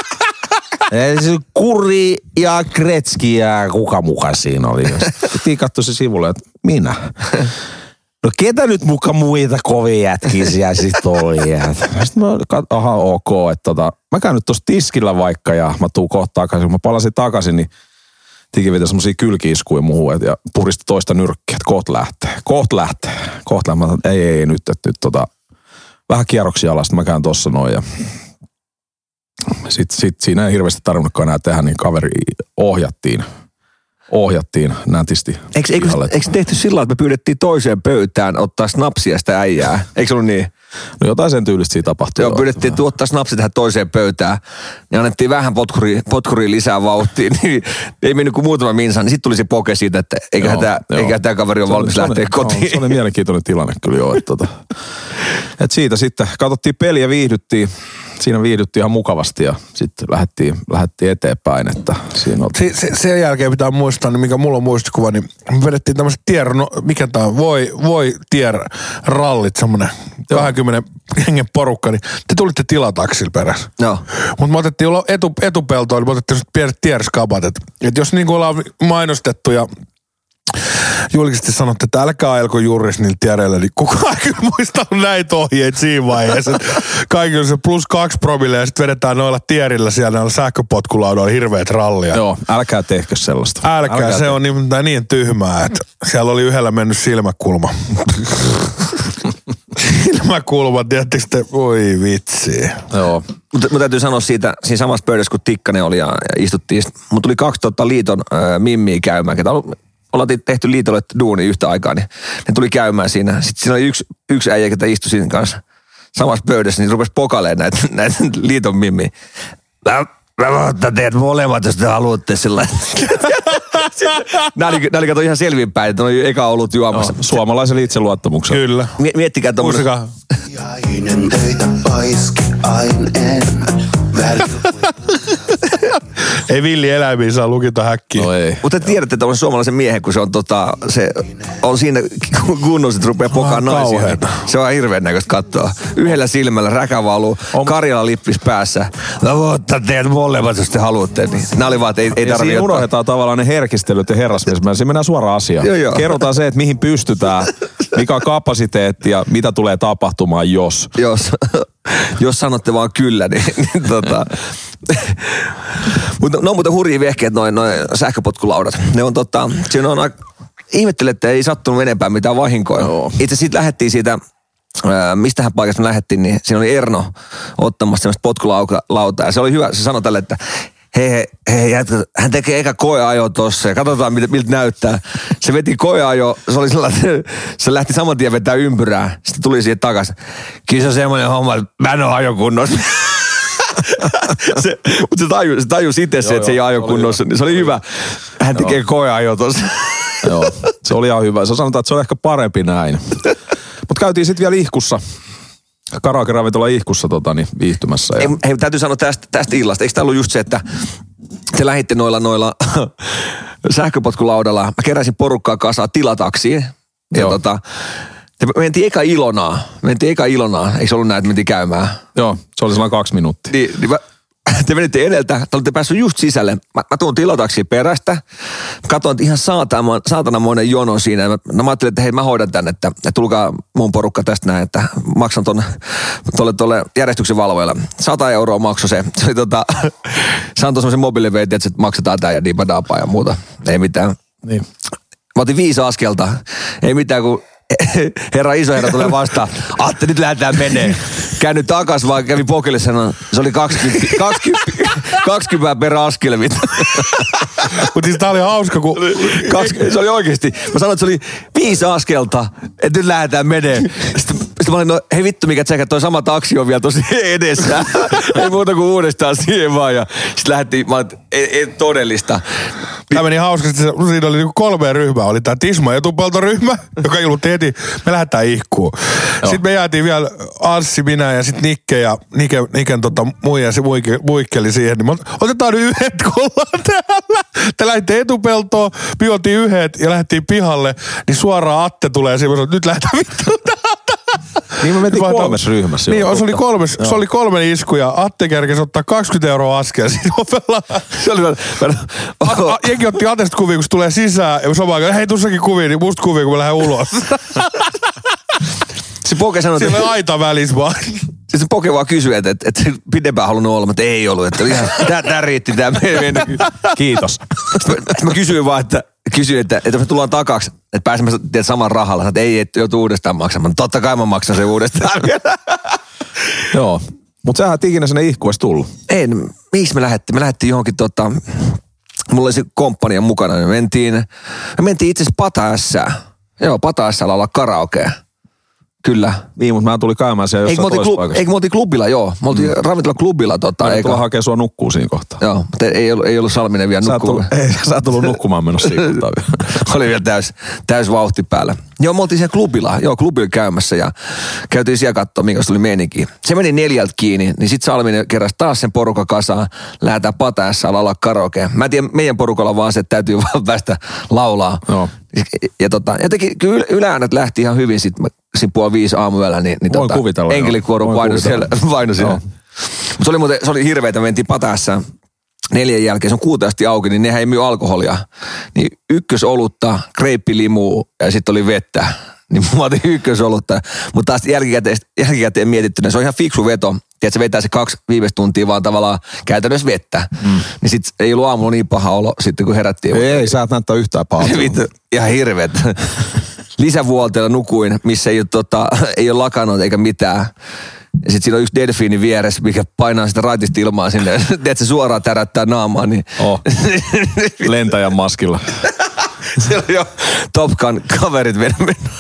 Kuri ja Kretski ja kuka muka siinä oli. Tiki katsoi se sivulle, että minä. No ketä nyt muka muita kovia jätkiä siellä sit oli? Sitten mä katsoin, aha ok, että tota, mä käyn nyt tossa tiskillä vaikka ja mä tuun kohta takaisin. Kun mä palasin takaisin, niin Tiki veti semmosia kylki-iskuja muuhun ja puristi toista nyrkkiä, että koht lähtee, koht lähtee, koht lähtee. Mä sanoin, ei, ei, nyt, että nyt tota, vähän kierroksia alas, mä käyn tossa noin ja sitten sit, siinä ei hirveästi tarvinnutkaan enää tehdä, niin kaveri ohjattiin, ohjattiin nätisti. Eikö, eikö, eikö tehty sillä lailla, että me pyydettiin toiseen pöytään ottaa snapsia sitä äijää? Eikö se ollut niin? No jotain sen tyylistä siinä tapahtui. Joo, pyydettiin tuottaa snapsi tähän toiseen pöytään. Niin annettiin vähän potkuriin potkuri lisää vauhtia. Niin ei mennyt kuin muutama minsa. Niin sitten tuli se poke siitä, että eiköhän tämä kaveri ole valmis se lähteä oli, kotiin. No, se oli mielenkiintoinen tilanne kyllä joo. Että tota, et siitä sitten katsottiin peliä ja viihdyttiin. Siinä viihdyttiin ihan mukavasti ja sitten lähdettiin, lähdettiin eteenpäin. Että siinä se, se, sen jälkeen pitää muistaa, niin mikä mulla on muistikuva, niin me vedettiin tämmöiset tier, no, mikä tää on, voi, voi tier rallit, semmoinen kaksikymmentä hengen porukka, niin te tulitte tilataksilla perässä. No. Mutta me otettiin etu, etupeltoon, me otettiin pienet tierskabat, että et jos niin kuin ollaan mainostettu ja julkisesti sanotte, että älkää ajelko juuris niillä tiereillä, niin kukaan ei kyllä muistanut näitä ohjeita siinä vaiheessa. Kaikki on se plus kaksi promille ja sitten vedetään noilla tierillä siellä noilla sähköpotkulaudoilla hirveät rallia. Joo, älkää tehkö sellaista. Älkää, älkää se te- on niin, niin tyhmää, että siellä oli yhdellä mennyt silmäkulma. silmäkulma, tiedättekö te? Voi vitsi. Joo. Mutta mä täytyy sanoa siitä, siinä samassa pöydässä, kun Tikkanen oli ja, ja istuttiin. Mutta tuli kaksituhatta liiton äh, mimmiä käymään, ketä ollaan tehty liitolle duuni yhtä aikaa, niin ne tuli käymään siinä. Sitten siinä oli yksi, yksi äijä, ketä istui siinä kanssa samassa pöydässä, niin rupesi pokaleen näitä, näitä liiton mimmiä. Mä, mä voin ottaa teidät molemmat, jos te haluatte sillä. Nämä oli, nämä oli kato ihan selvinpäin, että ne oli eka ollut juomassa. No, suomalaisella itseluottamuksella. Kyllä. Miettikää tommoinen. Jäinen töitä paiski ainen. Ei villieläimiä saa lukita häkkiä. No ei. Mutta tiedätte tämmöisen suomalaisen miehen, kun se on, tota, se on siinä kunnossa, että rupeaa pokaan naisia. kauheeta. Se on hirveän näköistä katsoa. Yhdellä silmällä räkä valuu, On- Karjala lippis päässä. No voin ottaa teidät molemmat, jos te haluatte. Niin. Nämä oli vaan, että ei, ei Ja tarvitse siinä ottaa. unohdetaan tavallaan ne herkistelyt ja herrasmies. Se mennään suoraan asiaan. Joo, joo. Kerrotaan se, että mihin pystytään, mikä on kapasiteetti ja mitä tulee tapahtumaan, jos. Jos, jos sanotte vaan kyllä, niin, niin tota... Mutta ne on muuten hurjia vehkeet, noin noi sähköpotkulaudat. Ne on tota, siinä on aika... Ihmettelen, että ei sattunut enempää mitään vahinkoja. Joo. Itse siitä lähdettiin siitä, ää, mistähän paikasta me lähdettiin, niin siinä oli Erno ottamassa semmoista potkulautaa. Ja se oli hyvä, se sanoi tälle, että hei, hei, hei jätkä, hän tekee eka koeajo tossa ja katsotaan miltä, miltä näyttää. Se veti koeajo, se oli sellainen, se lähti saman tien vetää ympyrää. Sitten tuli siihen takaisin. Kyllä se on semmoinen homma, että mä en ole ajokunnossa. se, mutta se tajus, se tajus itse se, että se ei ajo kunnossa. Niin se oli hyvä. Hän tekee koeajo tossa. Joo, se oli ihan hyvä. Se sanotaan, että se on ehkä parempi näin. Mutta käytiin sitten vielä Ihkussa. Karaoke-ravintola Ihkussa tota, niin, viihtymässä. Ja... Ei, hei, täytyy sanoa tästä, tästä illasta. Eikö tämä ollut just se, että te lähditte noilla, noilla sähköpotkulaudalla. Mä keräsin porukkaa kasaan tilataksiin. Ja Joo. tota, te mentiin eka Ilonaa. Mentiin eka Ilonaa. Eikö se ollut näin, että mentiin käymään? Joo, se oli sellainen kaksi minuuttia. Niin, niin mä, te menitte edeltä, te olitte päässyt just sisälle. Mä, mä tuun tilataksiin perästä. Katoin, että ihan saatana, saatanamoinen jono siinä. Mä, no mä ajattelin, että hei, mä hoidan tän, että, että tulkaa mun porukka tästä näin, että maksan ton tolle, tolle järjestyksen valvojalle. Sata euroa maksoi se. Se oli tota, se antoi semmoisen mobiiliveitin, että maksetaan tää ja diipadaapaa ja muuta. Ei mitään. Niin. Mä otin viisi askelta. Ei mitään, kun herra iso herra tulee vastaan. Atte, nyt lähdetään menee. Käänny takas, vaan kävi pokelle sanoa. Se oli kaksikymmentä, kaksikymmentä, kaksikymmentä per askel. Mutta siis tää oli hauska, kun... Kaksi, se oli oikeesti. Mä sanoin, että se oli viisi askelta, että nyt lähdetään menee. Sitten, sitten mä olin, no hei vittu, mikä tsekä, toi sama taksi on vielä tosi edessä. Ei muuta kuin uudestaan siihen vaan. Ja sitten lähdettiin, mä olin, ei, ei todellista. Tämä meni hauskasti, siinä oli niinku kolme ryhmää. Oli tää Tisma etupeltoryhmä, joka ilmoitti heti, me lähdetään ihkuun. Sitten me jäätiin vielä Anssi, minä ja sitten Nikke ja Nike, Niken tota, muija se muike, muikkeli siihen. Niin otetaan nyt yhdet, kun ollaan täällä. Te lähditte etupeltoon, pivotiin yhdet ja lähdettiin pihalle. Niin suoraan Atte tulee siihen, että nyt lähdetään vittu täältä. Niin me mentiin Vaan- kolmes ryhmässä. Niin, joo, se oli, totta. kolmes, se oli kolmen isku ja Atte kerkesi ottaa kaksikymmentä euroa askel siitä ovella. Se oli A- a- Jenki otti Atesta kuvia, kun se tulee sisään ja samaan aikaan, hei tussakin kuvia, niin musta kuvia, kun mä lähden ulos. Se poke sanoi, Siellä että... on aita välissä vaan. Sitten se poke vaan kysyi, että, että, että pidempään halunnut olla, mutta ei ollut. Että ihan, tää, tää riitti, tää meidän. Kiitos. Sitten mä, sit mä kysyin vaan, että, kysyin, että, että jos me tullaan takaksi, että pääsemme tiedät, saman rahalla. Että ei, että joutuu uudestaan maksamaan. Totta kai mä maksan sen uudestaan. Joo. Mutta sähän et ikinä sinne Ihkuessa tullut. Ei, no, mihin me lähdettiin? Me lähdettiin johonkin tota... Mulla oli se komppania mukana. Me mentiin, me mentiin itse asiassa Pata-Ässään. Joo, Pata-Ässällä olla karaokea. Kyllä. Niin, mutta mä tulin käymään siellä Eikö jossain me, oltiin toisessa klub, paikassa. eikö me oltiin klubilla, joo. Me oltiin mm. ravintolaklubilla. Tota, Mä eikä... tulla hakea sua nukkuu siinä kohtaa. Joo, mutta ei ollut, ei ollut Salminen vielä Sä et tullut, nukkumaan. ei, sä et tullut nukkumaan menossa siinä kohtaa vielä. Oli vielä täys, täys vauhti päällä. Joo, me oltiin siellä klubilla, joo, klubilla käymässä ja käytiin siellä katsoa, minkä se oli meininki. Se meni neljältä kiinni, niin sit Salminen keräsi taas sen porukan kasaan, lähdetään Pata-Ässään laulaa karaokea. Mä en tiedä, meidän porukalla vaan se, että täytyy vaan päästä laulaa. Joo. Ja, ja tota, jotenkin kyllä ylääänet lähti ihan hyvin sit, siinä puoli viisi aamuyöllä, niin, niin Voin tota, kuvitella, joo. enkelikuoro Voin painoi kuvitella. siellä. Painoi siellä. Joo. Mutta se oli muuten, se oli hirveetä, me mentiin Pata-Ässään neljän jälkeen, se on kuuteen asti auki, niin nehän ei myy alkoholia. Niin ykkösolutta, kreippilimuu ja sitten oli vettä. Niin mä otin ykkösolutta. Mutta taas jälkikäteen, jälkikäteen mietittynä, se on ihan fiksu veto. Tiedätkö, se vetää se kaksi viimeistä tuntia vaan tavallaan käytännössä vettä. Mm. Niin sit ei ollut aamulla niin paha olo sitten, kun herättiin. Ei, sä et näyttää yhtään pahalta. Vittu, ihan hirveet. lisävuolteella nukuin, missä ei ole, tota, ei ole lakannut eikä mitään. Ja sit siinä on yksi delfiini vieressä, mikä painaa sitä raitista ilmaa sinne. Tiedät, se suoraan tärättää naamaa. Niin... Oh. Lentäjän maskilla. Siellä on jo Top Gun kaverit vielä mennä.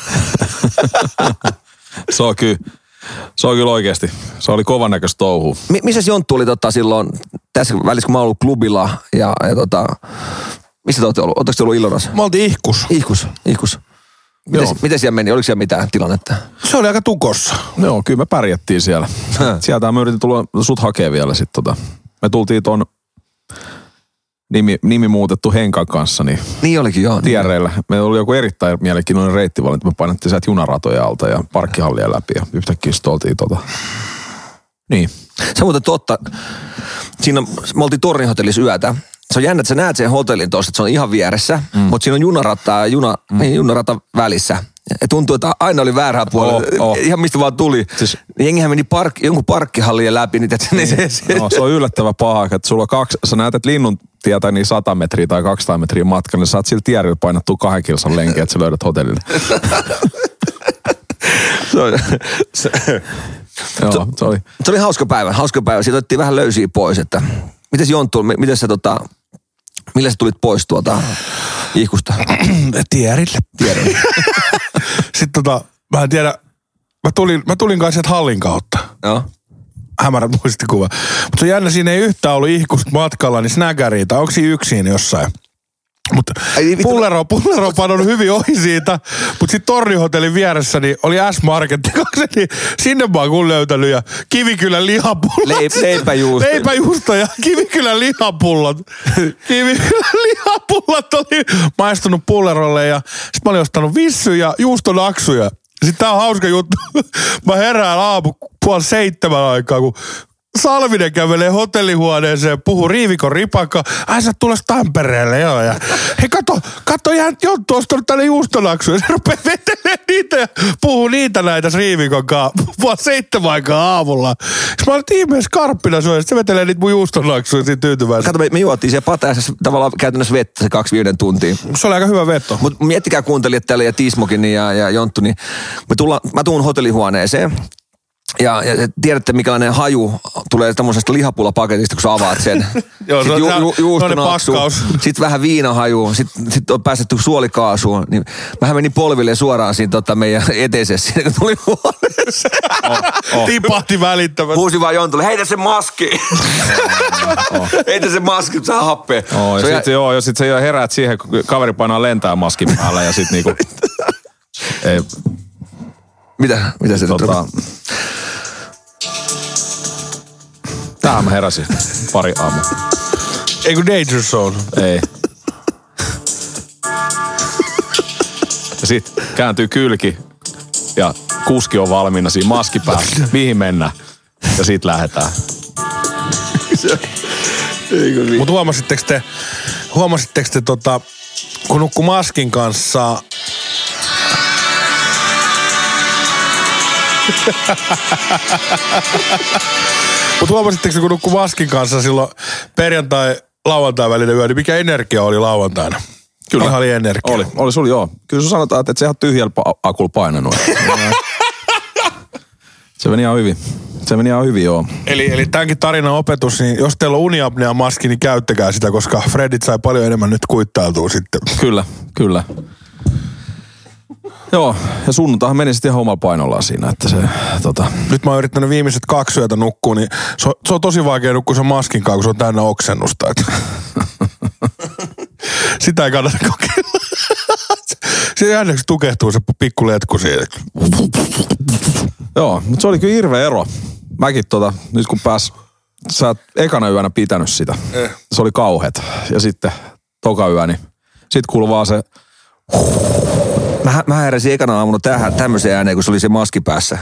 Se on kyllä, se on kyllä oikeasti. Se oli kovan näköistä touhua. M- missä Jonttu oli tota, silloin, tässä välissä kun mä oon ollut klubilla ja, ja tota, missä te olette ollut? Oletteko te ollut Ilonassa? Me oltiin ihkus. Ihkus, ihkus. Miten, miten siellä meni? Oliko siellä mitään tilannetta? Se oli aika tukossa. Joo, kyllä me pärjättiin siellä. Sieltä me yritin tulla sut hakea vielä sit tota. Me tultiin ton nimi, nimi muutettu Henkan kanssa, niin, niin olikin, joo. tierreillä. Meillä oli joku erittäin mielenkiintoinen reittivalinta. Me painettiin sieltä junaratoja alta ja parkkihallia läpi ja yhtäkkiä sitten oltiin tota. Niin. Se on muuten totta. Siinä me oltiin Tornihotellissa yötä. Se on jännä, että sä näet sen hotellin tuossa, että se on ihan vieressä, mm. mutta siinä on junarata ja juna, mm. junarata välissä. Ja tuntuu, että aina oli väärää puolella. Oh, oh. Ihan mistä vaan tuli. Siis, jengihän meni park, jonkun parkkihallien läpi. Niin, että niin. se, se, no, se on yllättävän paha, että sulla kaksi, sä näet, että linnun tietää niin sata metriä tai kaksisataa metriä matkan, niin saat sillä tierillä painattua kahden kilsan lenkeä, että sä löydät hotellille. se, on, se, Joo, se, oli. se oli hauska päivä, hauska päivä. Siitä otettiin vähän löysiä pois, että mites Jonttu, miten sä tota, millä sä tulit pois tuota ihkusta? Tierille. Tierille. Sitten tota, mä en tiedä, mä tulin, mä tulin kai sieltä hallin kautta. Joo. Hämärä muistikuva. Mutta se on jännä, siinä ei yhtään ollut ihkusta matkalla, niin snägäriä, tai onko siinä yksin jossain? Mutta pullero, pullero on pannut hyvin ohi siitä, mutta sitten Tornihotellin vieressä niin oli S-Market, niin sinne mä oon kun löytänyt ja Kivikylän lihapullot. Leip, leipäjuusto. Leipäjuusto ja Kivikylän lihapullot. Kivikylän lihapullot oli maistunut pullerolle ja sitten mä olin ostanut vissyjä ja juustonaksuja. Sitten tää on hauska juttu. Mä herään aamu puoli seitsemän aikaa, kun Salminen kävelee hotellihuoneeseen, puhuu Riivikon ripakka. Ai sä tules Tampereelle, joo. Ja hei kato, kato ihan Jonttu ostanut tänne juustonaksuja. Se rupeaa vetelemään niitä ja puhuu niitä näitä Riivikon kanssa. Puoli seitsemän aikaa aamulla. Sitten mä olin ihmeessä karppina syö, se vetelee niitä mun juustonaksuja siinä tyytyväisesti. Kato, me, me juottiin siellä patajassa tavallaan käytännössä vettä se kaksi viiden tuntia. Se oli aika hyvä veto. Mutta miettikää kuuntelijat täällä ja Tismokin ja, ja Jonttu, niin me tulla, mä tuun hotellihuoneeseen. Ja, ja tiedätte, mikälainen haju tulee tämmöisestä lihapullapaketista, kun sä avaat sen. Joo, sitten se on ju, ju, juustonaksu, pakkaus. Sitten vähän viinahaju, sitten sit on päästetty suolikaasuun. Niin mähän menin polville suoraan siinä tota meidän eteisessä, siinä kun tuli huoneeseen. Oh, oh. Tipahti välittömästi. Huusi vaan Jontulle, heitä se maski. oh. Heitä se maski, saa happea. Oh, ja sitten jä... sit sä jo heräät siihen, kun kaveri painaa lentää maskin päällä ja sitten niinku... ei. Mitä? Mitä se tota... Tähän mä heräsin pari aamu. Ei kun Danger Zone. Ei. Ja sit kääntyy kylki ja kuski on valmiina siinä maski päällä. Mihin mennään? Ja sit lähdetään. Mut huomasitteko te, huomasitteko te tota, kun nukku maskin kanssa... Mutta huomasitteko kun nukkui maskin kanssa silloin perjantai-lauantai välinen yö, niin mikä energia oli lauantaina? Kyllä. Ihan oli energia. Oli, oli sulla joo. Kyllä sun sanotaan, että et se ihan tyhjällä akulla painanut. Se meni ihan hyvin. Se meni ihan hyvin, joo. Eli, eli tämänkin tarinan opetus, niin jos teillä on uniapnea maski, niin käyttäkää sitä, koska Fredit sai paljon enemmän nyt kuittailtua sitten. Kyllä, kyllä. Joo, ja sunnuntahan meni sitten ihan omalla painollaan siinä, että se tota... Nyt mä oon yrittänyt viimeiset kaksi yötä nukkua, niin se on, se on tosi vaikea nukkua sen maskin kanssa, kun se on täynnä oksennusta. Sitä ei kannata kokeilla. Se jänneksi tukehtuu se pikku letku siinä. Joo, mutta se oli kyllä hirveä ero. Mäkin tota, nyt kun pääs, sä oot ekana yönä pitänyt sitä. Eh. Se oli kauheat. Ja sitten toka yö, niin sit kuului vaan se... Mä, mä heräsin ekana aamuna tähän tämmöiseen ääneen, kun se oli se maski päässä.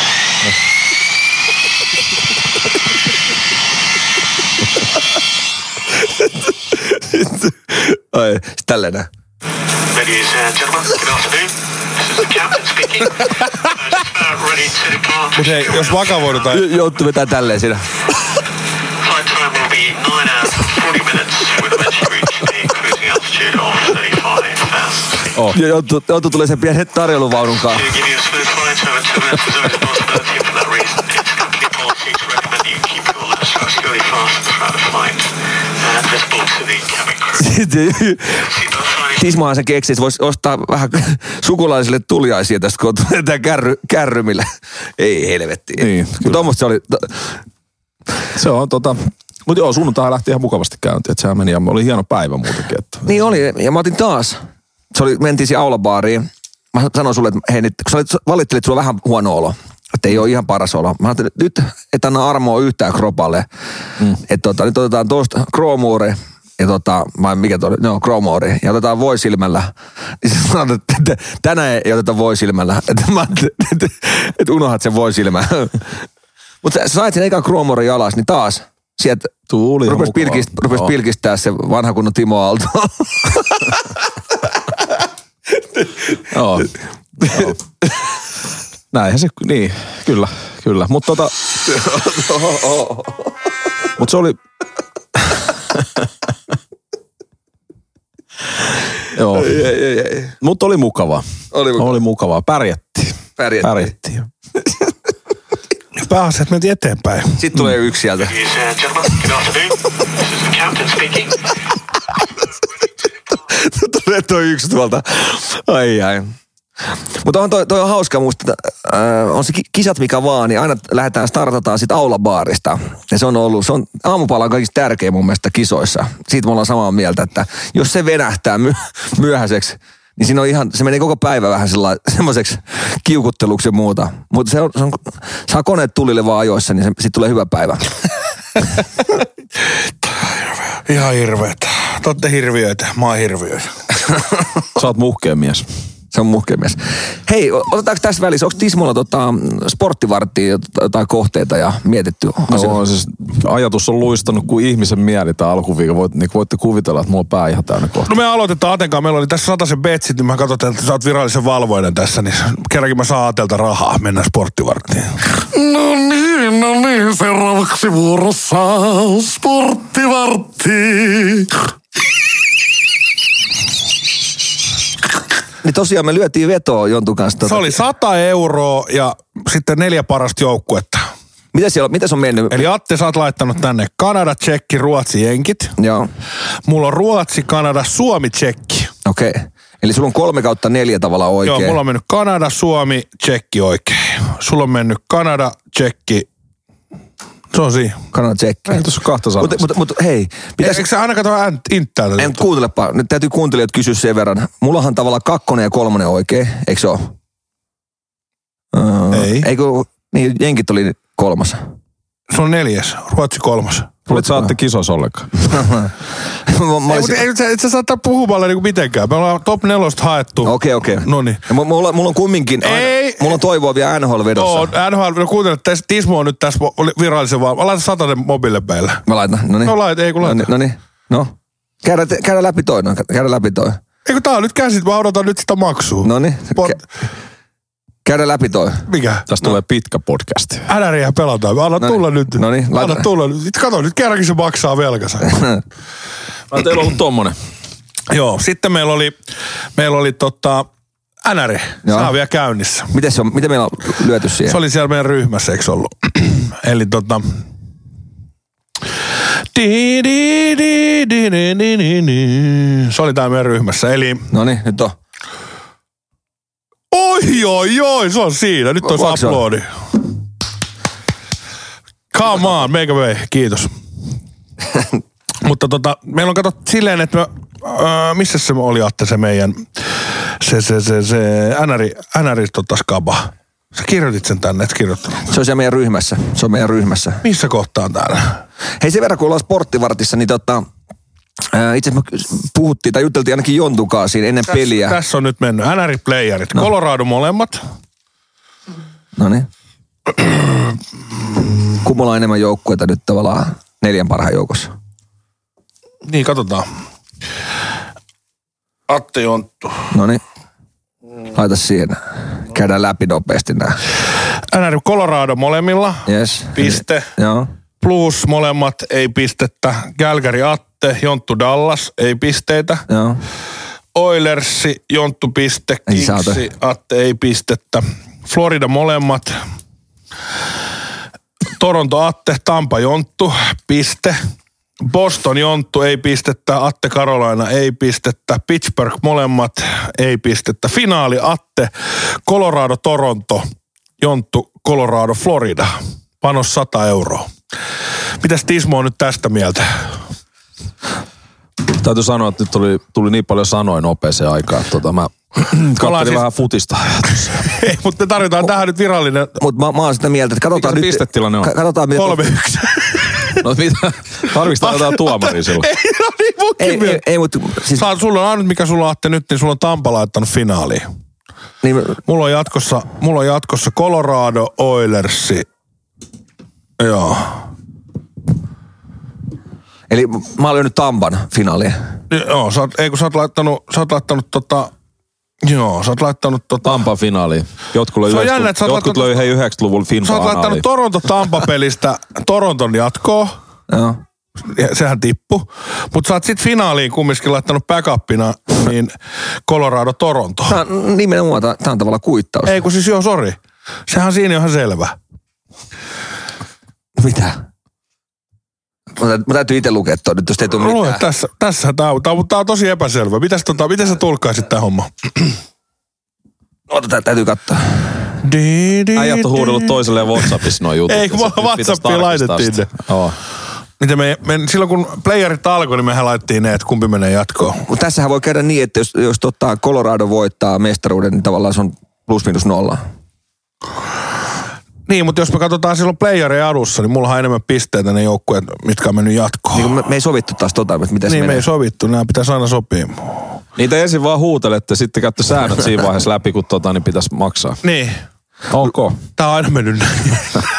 Ai, sit tälleen nää. Ladies and gentlemen, good afternoon. This is the captain speaking. Uh, ready to depart. Mut hei, jos vakavoidutaan... Jouttu vetää tälleen siinä. Flight time will be nine hours and forty minutes with a mention reach a cruising altitude of thirty-five thousand feet. Oh. Ja joutuu, joutuu tulee sen pienen tarjouluvaunun kanssa. To give you a smooth flight, so it's a responsibility, and for that reason, it's company policy to recommend that you keep your lips securely fastened throughout the flight and visible to the cabin crew. Seatbelt signing. Tismohan se keksi, että voisi ostaa vähän sukulaisille tuliaisia tästä, kun tulee tää kärry, kärrymillä. Ei helvetti. Niin, kyllä. Tuommoista se oli. Se on tota... Mutta joo, sunnuntai lähti ihan mukavasti käyntiin, että sehän meni ja oli hieno päivä muutenkin. Että... Niin oli, ja mä otin taas. Se oli, mentiin siihen aulabaariin. Mä sanoin sulle, että hei nyt, kun sä olit, valittelit, että sulla on vähän huono olo. Että ei ole ihan paras olo. Mä ajattelin, että nyt et anna armoa yhtään kropalle. Mm. Että tota, nyt otetaan tuosta Crowmore ja tota, vai mikä toi oli? No, Crowmore. Ja otetaan voi silmällä. Niin sä sanot, että tänään ei oteta voi silmällä. Että mä ajattelin, että, että unohat sen voi silmällä. Mutta sä sait sen ekan Crowmore jalas, niin taas sieltä rupesi, pilkist, rupesi pilkistää se vanha kunnon Timo Aalto. Joo. Joo. Näinhän se, niin, kyllä, kyllä. Mutta tota... Mutta se oli... Joo. Mutta oli mukava. Oli mukava. Oli mukavaa. Pärjättiin. Pärjättiin. Pärjättiin. Pääasiat, että mentiin eteenpäin. Sitten tulee yksi sieltä. Ladies and gentlemen, good afternoon. This is the captain speaking. Tulee toi yksi tuolta. Ai ai. Mutta on toi, toi on hauska musta, äh, on se kisat mikä vaan, niin aina lähdetään, startataan sit aulabaarista. Ja se on ollut, se on aamupala on kaikista tärkein mun mielestä kisoissa. Siitä me ollaan samaa mieltä, että jos se venähtää my, myöhäiseksi, niin siinä on ihan, se menee koko päivä vähän semmoiseksi kiukutteluksi ja muuta. Mutta se on, se on, saa koneet tulille vaan ajoissa, niin sitten tulee hyvä päivä. Ihan hirveetä. Te ootte hirviöitä, mä oon hirviöitä. Sä oot muhkea mies. Se on muhkea mies. Hei, otetaanko tässä välissä, onko Tismolla tota, sporttivarttia jotain kohteita ja mietitty asioita? No, siis ajatus on luistanut kuin ihmisen mieli tää alkuviikon. Voit, niin voitte kuvitella, että mulla on pää ihan täynnä kohta. No me aloitetaan Atenkaan. Meillä oli tässä sataisen betsit, niin mä katsoin, että sä oot virallisen valvoinen tässä, niin kerrankin mä saan Atelta rahaa. Mennään sporttivarttiin. No niin, no niin, seuraavaksi vuorossa sporttivartti. Niin tosiaan me lyötiin vetoa Jontun kanssa. Se oli sata euroa ja sitten neljä parasta joukkuetta. Mitä siellä on, mitä se on mennyt? Eli Atte, sä oot laittanut tänne Kanada, Tsekki, Ruotsi, Jenkit. Joo. Mulla on Ruotsi, Kanada, Suomi, Tsekki. Okei. Okay. Eli sulla on kolme kautta neljä tavallaan oikein. Joo, mulla on mennyt Kanada, Suomi, Tsekki oikein. Sulla on mennyt Kanada, Tsekki. Se on siinä. Kanada, Tsekki. Ei tuossa kahta sanaa. Mutta mut, mut, hei. Pitäis... Eikö sä aina katsoa inttää tätä? En kuuntelepa. Nyt täytyy kuuntelijat kysyä sen verran. Mullahan tavallaan kakkonen ja kolmonen oikein. Eikö se ole? Uh, Ei. Eikö, niin Jenkit oli kolmas. Se on neljäs. Ruotsi kolmas. Olet saatte kisoissa ollenkaan. mä, mä Ei, olisin... mutta ei, sä, et sä saattaa puhumalla niinku mitenkään. Me ollaan top nelosta haettu. Okei, okay, okei. Okay. Noniin. Mulla, mulla on kumminkin aina, Ei. mulla on toivoa vielä N H L-vedossa. Oo, N H L, no kuuntele, että Tismo on nyt tässä virallisen vaan. Mä laitan satanen mobiilepeille. Mä laitan, no niin. No lait, ei kun laita. No niin, no. Käydä, käydä läpi toi, no. Käydä läpi toi. Ei kun tää on nyt käsit, mä odotan nyt sitä maksua. No niin. Port- Käydä läpi toi. Mikä? Tästä no. tulee pitkä podcast. Änäriä pelataan. Anna Noniin. tulla nyt. Noniin, laita. Anna tulla nyt. Kato, nyt kerrankin se maksaa velkansa. Mä teillä on ollut tommonen. Joo, sitten meillä oli, meillä oli tota, Änäri. Se on vielä käynnissä. Miten, se on, miten meillä on lyöty siihen? Se oli siellä meidän ryhmässä, eikö ollut? Eli tota... Di, di, di, di, di, di, di, di. Se oli tää meidän ryhmässä, eli... No niin, nyt on. Oi, oi, oi, se on siinä. Nyt on Voiko se aplodi. Come on, meikä vei, kiitos. Mutta tota, meillä on katsottu silleen, että me, äh, missä se oli Atte se meidän, se, se, se, se, änäri, änäri tota skaba. Sä kirjoitit sen tänne, et kirjoittanut. Se on siellä meidän ryhmässä. Se on meidän ryhmässä. Missä kohtaa on täällä? Hei, sen verran kun ollaan sporttivartissa, niin tota... Ää, itse asiassa me puhuttiin tai juteltiin ainakin Jontukaa siinä ennen Tässä, peliä. tässä on nyt mennyt änäri-playerit. No. Colorado molemmat. Noniin. Kummulla on enemmän joukkueita nyt tavallaan neljän parhaan joukossa? Niin, katsotaan. Atte Jonttu. Noniin. Laita siihen. Käydään läpi nopeasti nää. Änäri Colorado molemmilla. Yes. Piste. Joo. Plus molemmat ei pistettä. Calgary Atte, Jonttu Dallas, ei pisteitä. Joo. Oilersi, Jonttu piste, Kingsi, Atte ei pistettä. Florida molemmat. Toronto Atte, Tampa Jonttu, piste. Boston Jonttu, ei pistettä. Atte Carolina, ei pistettä. Pittsburgh molemmat, ei pistettä. Finaali Atte, Colorado Toronto, Jonttu Colorado Florida. Panos sata euroa. Mitäs Tismo on nyt tästä mieltä? Täytyy sanoa, että nyt tuli, tuli niin paljon sanoja nopeeseen aikaan. Tota, mä katselin siis vähän futista. Ei, mutta me tarvitaan tähän nyt virallinen. Mutta mä, mä oon sitä mieltä, että katsotaan Mikä nyt. pistetilanne on? Katsotaan, mitä... kolme yksi. No mitä? Tarviiko tää jotain tuomaria silloin? Ei, no niin munkin Ei, ei, ei mutta... Siis... Sä, sulla on ainut, mikä sulla on Atte nyt, niin sulla on Tampa laittanut finaaliin. Niin, mulla on jatkossa, mulla on jatkossa Colorado, Oilersi. Joo. eli mä olin nyt Tampan finaaliin. Joo, sä oot, ei kun sä oot laittanut, sä oot laittanut tota, joo, sä oot laittanut tota. Tampan finaaliin. Jotkut löi, jännä, jotkut laittanut, löi hei yhdeksänkymmentäluvulla Finpaa Sä oot laittanut Toronto Tampa-pelistä Toronton jatkoon. Joo. Sehän tippu. Mutta sä oot sit finaaliin kumminkin laittanut backupina niin Colorado Toronto. Tää on nimenomaan, tää on tavallaan kuittaus. Ei kun siis joo, sori. Sehän siinä on ihan selvä. Mitä? Mä täytyy itse lukea toi nyt, jos ei tule Lue, mitään. tässä, tässä tää on, tää on, tää on tosi epäselvä. Mitäs tota, miten sä tulkkaisit tää homma? Ota, tää täytyy katsoa. Äijät on huudellut toiselleen WhatsAppissa noin jutut. Ei, kun me WhatsAppiin laitettiin ne. Oh. Miten me, me, silloin kun playerit alkoi, niin mehän laitettiin ne, että kumpi menee jatkoon. Mutta tässähän voi käydä niin, että jos, jos tota Colorado voittaa mestaruuden, niin tavallaan se on plus minus nolla. Niin, mutta jos me katsotaan silloin playerin alussa, niin mulla on enemmän pisteitä ne joukkueet, mitkä on mennyt jatkoon. Niin me, me ei sovittu taas tota, että miten se Niin, menee. me ei sovittu. Nämä pitäisi aina sopia. Niitä ensin vaan huutelette, sitten käytte säännöt siinä vaiheessa läpi, kun tota, niin pitäisi maksaa. Niin. Ok. Tää on aina mennyt näin.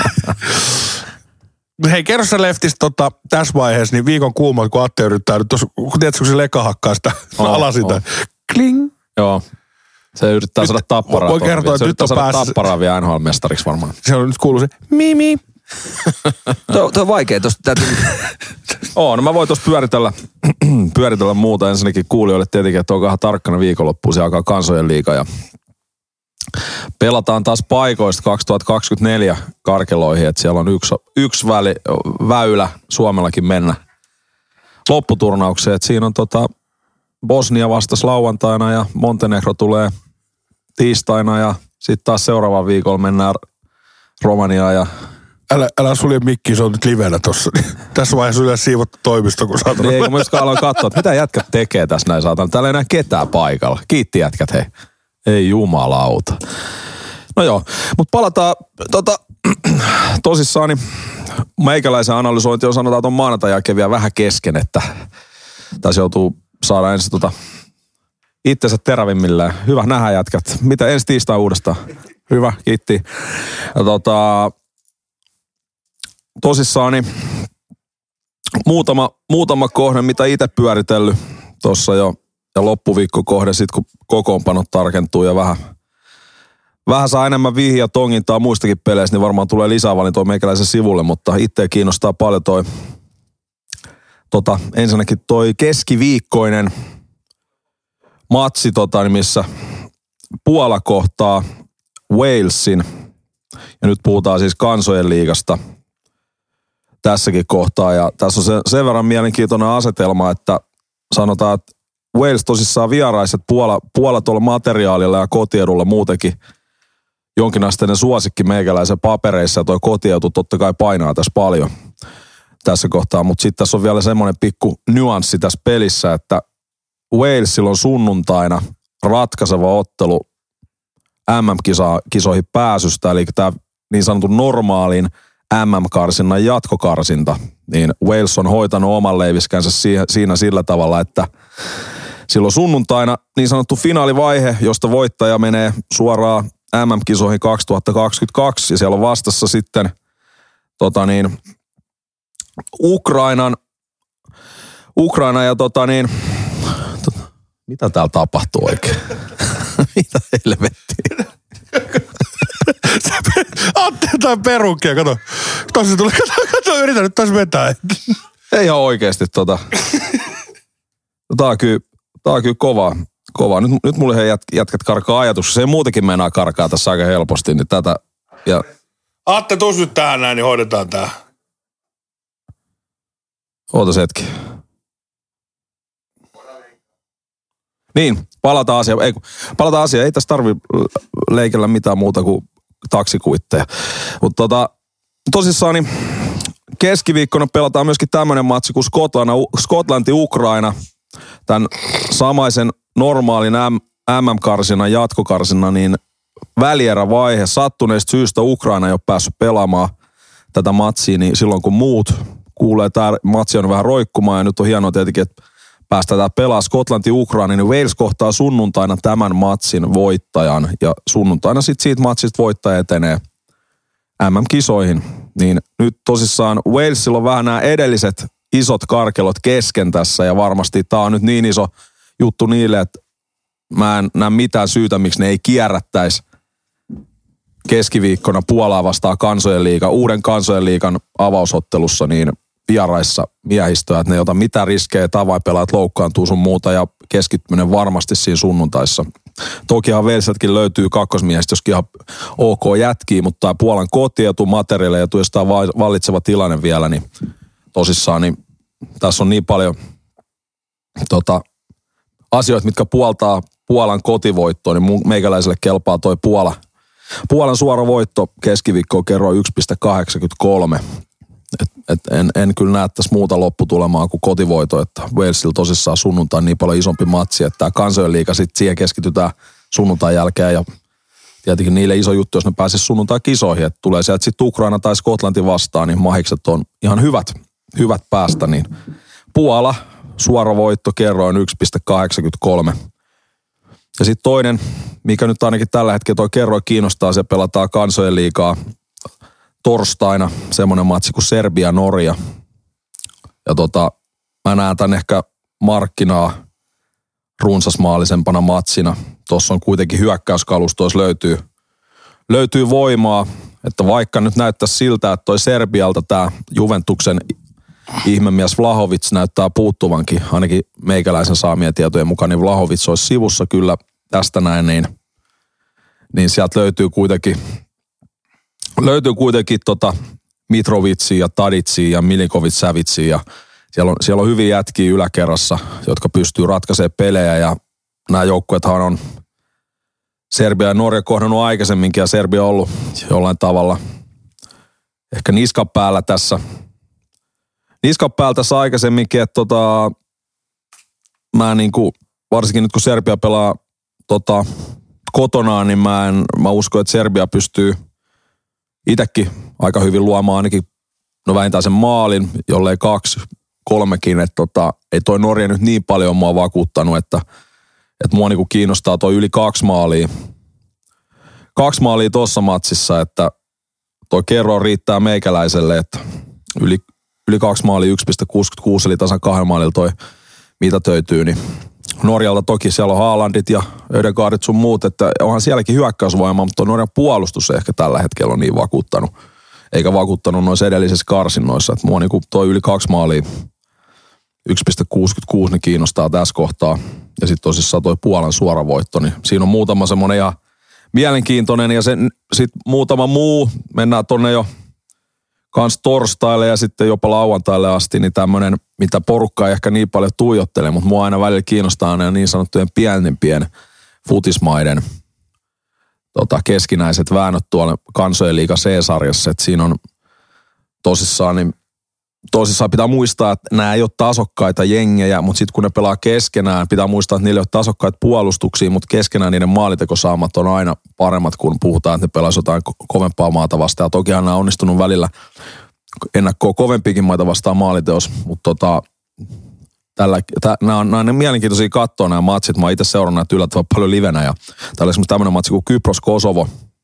Hei, kerro sä Leftis tota, tässä vaiheessa, niin viikon kuumat, kun Atte yrittää nyt tuossa, kun tiedätkö, kun se leka hakkaa sitä Oh, alas sitä. oh. Kling. Joo. Se yrittää Nyt saada tapparaa. voi kertoa, että se nyt on saada päässä- tapparaa vielä N H L-mestariksi varmaan. Se on nyt kuuluu se mimi. Tuo, tuo on vaikea tosta. Täytyy... Oo, no mä voin tuossa pyöritellä, pyöritellä muuta. Ensinnäkin kuulijoille tietenkin, että olkaa tarkkana viikonloppuun. Se alkaa kansojen liiga ja pelataan taas paikoista kaksituhattakaksikymmentäneljä karkeloihin. Että siellä on yksi, yksi väli, väylä Suomellakin mennä lopputurnaukseen. Että siinä on tota Bosnia vastas lauantaina ja Montenegro tulee tiistaina ja sitten taas seuraavalla viikolla mennään Romaniaan ja Älä, älä sulje mikkiä, se on nyt livenä tossa. Tässä vaiheessa yleensä siivottu toimisto, kun sä oot... niin, kun mä just aloin katsoa, että mitä jätkät tekee tässä näin saatan. Täällä ei enää ketään paikalla. Kiitti jätkät, hei. Ei jumalauta. No joo, mutta palataan tota, tosissaan, niin meikäläisen analysointi on sanotaan tuon maanantain jälkeen vielä vähän kesken, että tässä joutuu saada ensin tota itsensä terävimmilleen. Hyvä nähdä jätkät. Mitä ensi tiistai uudestaan? Hyvä, kiitti. Ja tota, tosissaan niin muutama, muutama kohde, mitä itse pyöritellyt tuossa jo. Ja loppuviikko kohde, sit kun kokoonpanot tarkentuu ja vähän, vähän saa enemmän vihjaa tongintaa muistakin peleissä, niin varmaan tulee lisää valintoa meikäläisen sivulle, mutta itseä kiinnostaa paljon toi, tota, ensinnäkin toi keskiviikkoinen matsi, tota, missä Puola kohtaa Walesin, ja nyt puhutaan siis kansojen liigasta tässäkin kohtaa, ja tässä on se, sen verran mielenkiintoinen asetelma, että sanotaan, että Wales tosissaan vieraiset Puola, Puola tuolla materiaalilla ja kotiedulla muutenkin jonkinasteinen suosikki meikäläisen papereissa ja toi kotiedu totta kai painaa tässä paljon tässä kohtaa, mutta sitten tässä on vielä semmoinen pikku nyanssi tässä pelissä, että Walesilla on sunnuntaina ratkaiseva ottelu M M-kisoihin pääsystä, eli tämä niin sanotun normaalin M M-karsinnan jatkokarsinta, niin Wales on hoitanut oman leiviskänsä siinä sillä tavalla, että silloin sunnuntaina niin sanottu finaalivaihe, josta voittaja menee suoraan M M-kisoihin kaksituhattakaksikymmentäkaksi, ja siellä on vastassa sitten tota niin, Ukrainan, Ukraina ja tota niin, tota, mitä täällä tapahtuu oikein? Mitä helvettiä? Atte jotain perukkia, kato. Tossa tulee, kato, kato, yritä nyt taas vetää. Ei ihan oikeesti tota. Tää on kyllä, tää on kyllä kova, kova. Nyt, nyt mulle he jät, jätkät karkaa ajatus. Se muutenkin meinaa karkaa tässä aika helposti, niin tätä. Ja... Atte, tuus nyt tähän näin, niin hoidetaan tää. Ootas hetki. Niin, palataan asiaan. Ei, palataan asiaan. Ei tässä tarvi leikellä mitään muuta kuin taksikuitteja. Mutta tota, tosissaan niin keskiviikkona pelataan myöskin tämmöinen matsi kuin Skotlanti-Ukraina. Tämän samaisen normaalin M M-karsinnan, jatkokarsinnan, niin välierävaihe. Sattuneesta syystä Ukraina ei ole päässyt pelaamaan tätä matsia, niin silloin kun muut kuulee, että tämä matsi on vähän roikkumaan, ja nyt on hienoa tietenkin, että päästään tää pelaa Skotlanti-Ukraina, niin Wales kohtaa sunnuntaina tämän matsin voittajan, ja sunnuntaina sitten siitä matsista voittaja etenee M M-kisoihin. Niin nyt tosissaan Walesilla on vähän nämä edelliset isot karkelot kesken tässä, ja varmasti tää on nyt niin iso juttu niille, että mä en näe mitään syytä, miksi ne ei kierrättäisi keskiviikkona Puolaa vastaan kansojen liiga, uuden kansojen liigan avausottelussa, niin vieraissa miehistöä, että ne ei ota mitään riskejä, tavaipelaat loukkaantuu sun muuta, ja keskittyminen varmasti siinä sunnuntaissa. Tokihan Walesiltakin löytyy kakkosmiehistä, joskin ihan ok jätkii, mutta tämä Puolan kotietu, materiaalietu ja sitä vallitseva tilanne vielä, niin tosissaan, niin tässä on niin paljon tota, asioita, mitkä puoltaa Puolan kotivoittoa, niin meikäläiselle kelpaa toi Puola. Puolan suora voitto keskiviikkoon kerroin yksi pilkku kahdeksankymmentäkolme. Et, et en, en kyllä näe tässä muuta lopputulemaa kuin kotivoito, että Walesilla tosissaan sunnuntain niin paljon isompi matsi, että tämä kansojen liiga sitten siihen keskitytään sunnuntain jälkeen, ja tietenkin niille iso juttu, jos ne pääsisi sunnuntain kisoihin, että tulee sieltä sitten Ukraina tai Skotlanti vastaan, niin mahikset on ihan hyvät, hyvät päästä, niin Puola suora voitto kerroin yksi pilkku kahdeksankymmentäkolme. Ja sitten toinen, mikä nyt ainakin tällä hetkellä toi kerroin kiinnostaa, se pelataan kansojen liigaa torstaina, semmoinen matsi kuin Serbia-Norja. Ja tota, mä näen tämän ehkä markkinaa runsasmaalisempana matsina. Tuossa on kuitenkin hyökkäyskalustoissa löytyy, löytyy voimaa, että vaikka nyt näyttäisi siltä, että toi Serbialta tämä Juventuksen ihmemies Vlahovic näyttää puuttuvankin, ainakin meikäläisen saamien tietojen mukaan, niin Vlahovic olisi sivussa kyllä tästä näin, niin, niin sieltä löytyy kuitenkin Löytyy kuitenkin tota Mitrovitsia ja Taditsia ja Milinkovic-Savitsia, ja siellä on, siellä on hyviä jätkiä yläkerrassa, jotka pystyy ratkaisemaan pelejä, ja nämä joukkueethan on Serbia ja Norja kohdannut aikaisemminkin, ja Serbia on ollut jollain tavalla ehkä niskan päällä tässä. Niskan päällä tässä aikaisemminkin, että tota, mä niin kuin, varsinkin nyt kun Serbia pelaa tota, kotonaan, niin mä, en, mä uskon, että Serbia pystyy itsekin aika hyvin luomaan ainakin, no vähintään sen maalin, jollei kaksi, kolmekin, että tota, ei toi Norja nyt niin paljon mua vakuuttanut, että, että mua niinku kiinnostaa toi yli kaksi maalia. Kaksi maalia tossa matsissa, että toi kerro riittää meikäläiselle, että yli, yli kaksi maalia yksi pilkku kuusikymmentäkuusi, eli tasan kahden maalilla toi mitä töytyy, niin Norjalta toki siellä on Haalandit ja Ödegaardit sun muut, että onhan sielläkin hyökkäysvoima, mutta Norjan puolustus ehkä tällä hetkellä on niin vakuuttanut, eikä vakuuttanut noissa edellisissä karsinnoissa, että mua niinku toi yli kaksi maalia yksi pilkku kuusikymmentäkuusi niin kiinnostaa tässä kohtaa, ja sitten tosissaan toi Puolan suora voitto, niin siinä on muutama semmoinen ihan mielenkiintoinen, ja sitten muutama muu, mennään tonne jo kans torstaille ja sitten jopa lauantaille asti, niin tämmöinen, mitä porukka ei ehkä niin paljon tuijottele, mutta mua aina välillä kiinnostaa ne niin sanottujen pienempien futismaiden tota, keskinäiset väännöt tuolla kansojen liiga C-sarjassa, että siinä on tosissaan, niin tosissaan pitää muistaa, että nämä ei ole tasokkaita jengejä, mutta sitten kun ne pelaa keskenään, pitää muistaa, että niillä ei ole tasokkaita puolustuksia, mutta keskenään niiden maalintekosaamat on aina paremmat, kun puhutaan, että ne pelaisi jotain kovempaa maata vastaan. Ja tokihan nämä on onnistunut välillä ennakkoon kovempikin maita vastaan maaliteos, mutta tota, tällä, tä, nämä, on, nämä on mielenkiintoisia katsoa nämä matsit. Mä oon itse seurannut näitä yllättävän paljon livenä, ja täällä on esimerkiksi tämmöinen matsi kuin Kypros-Kosovo,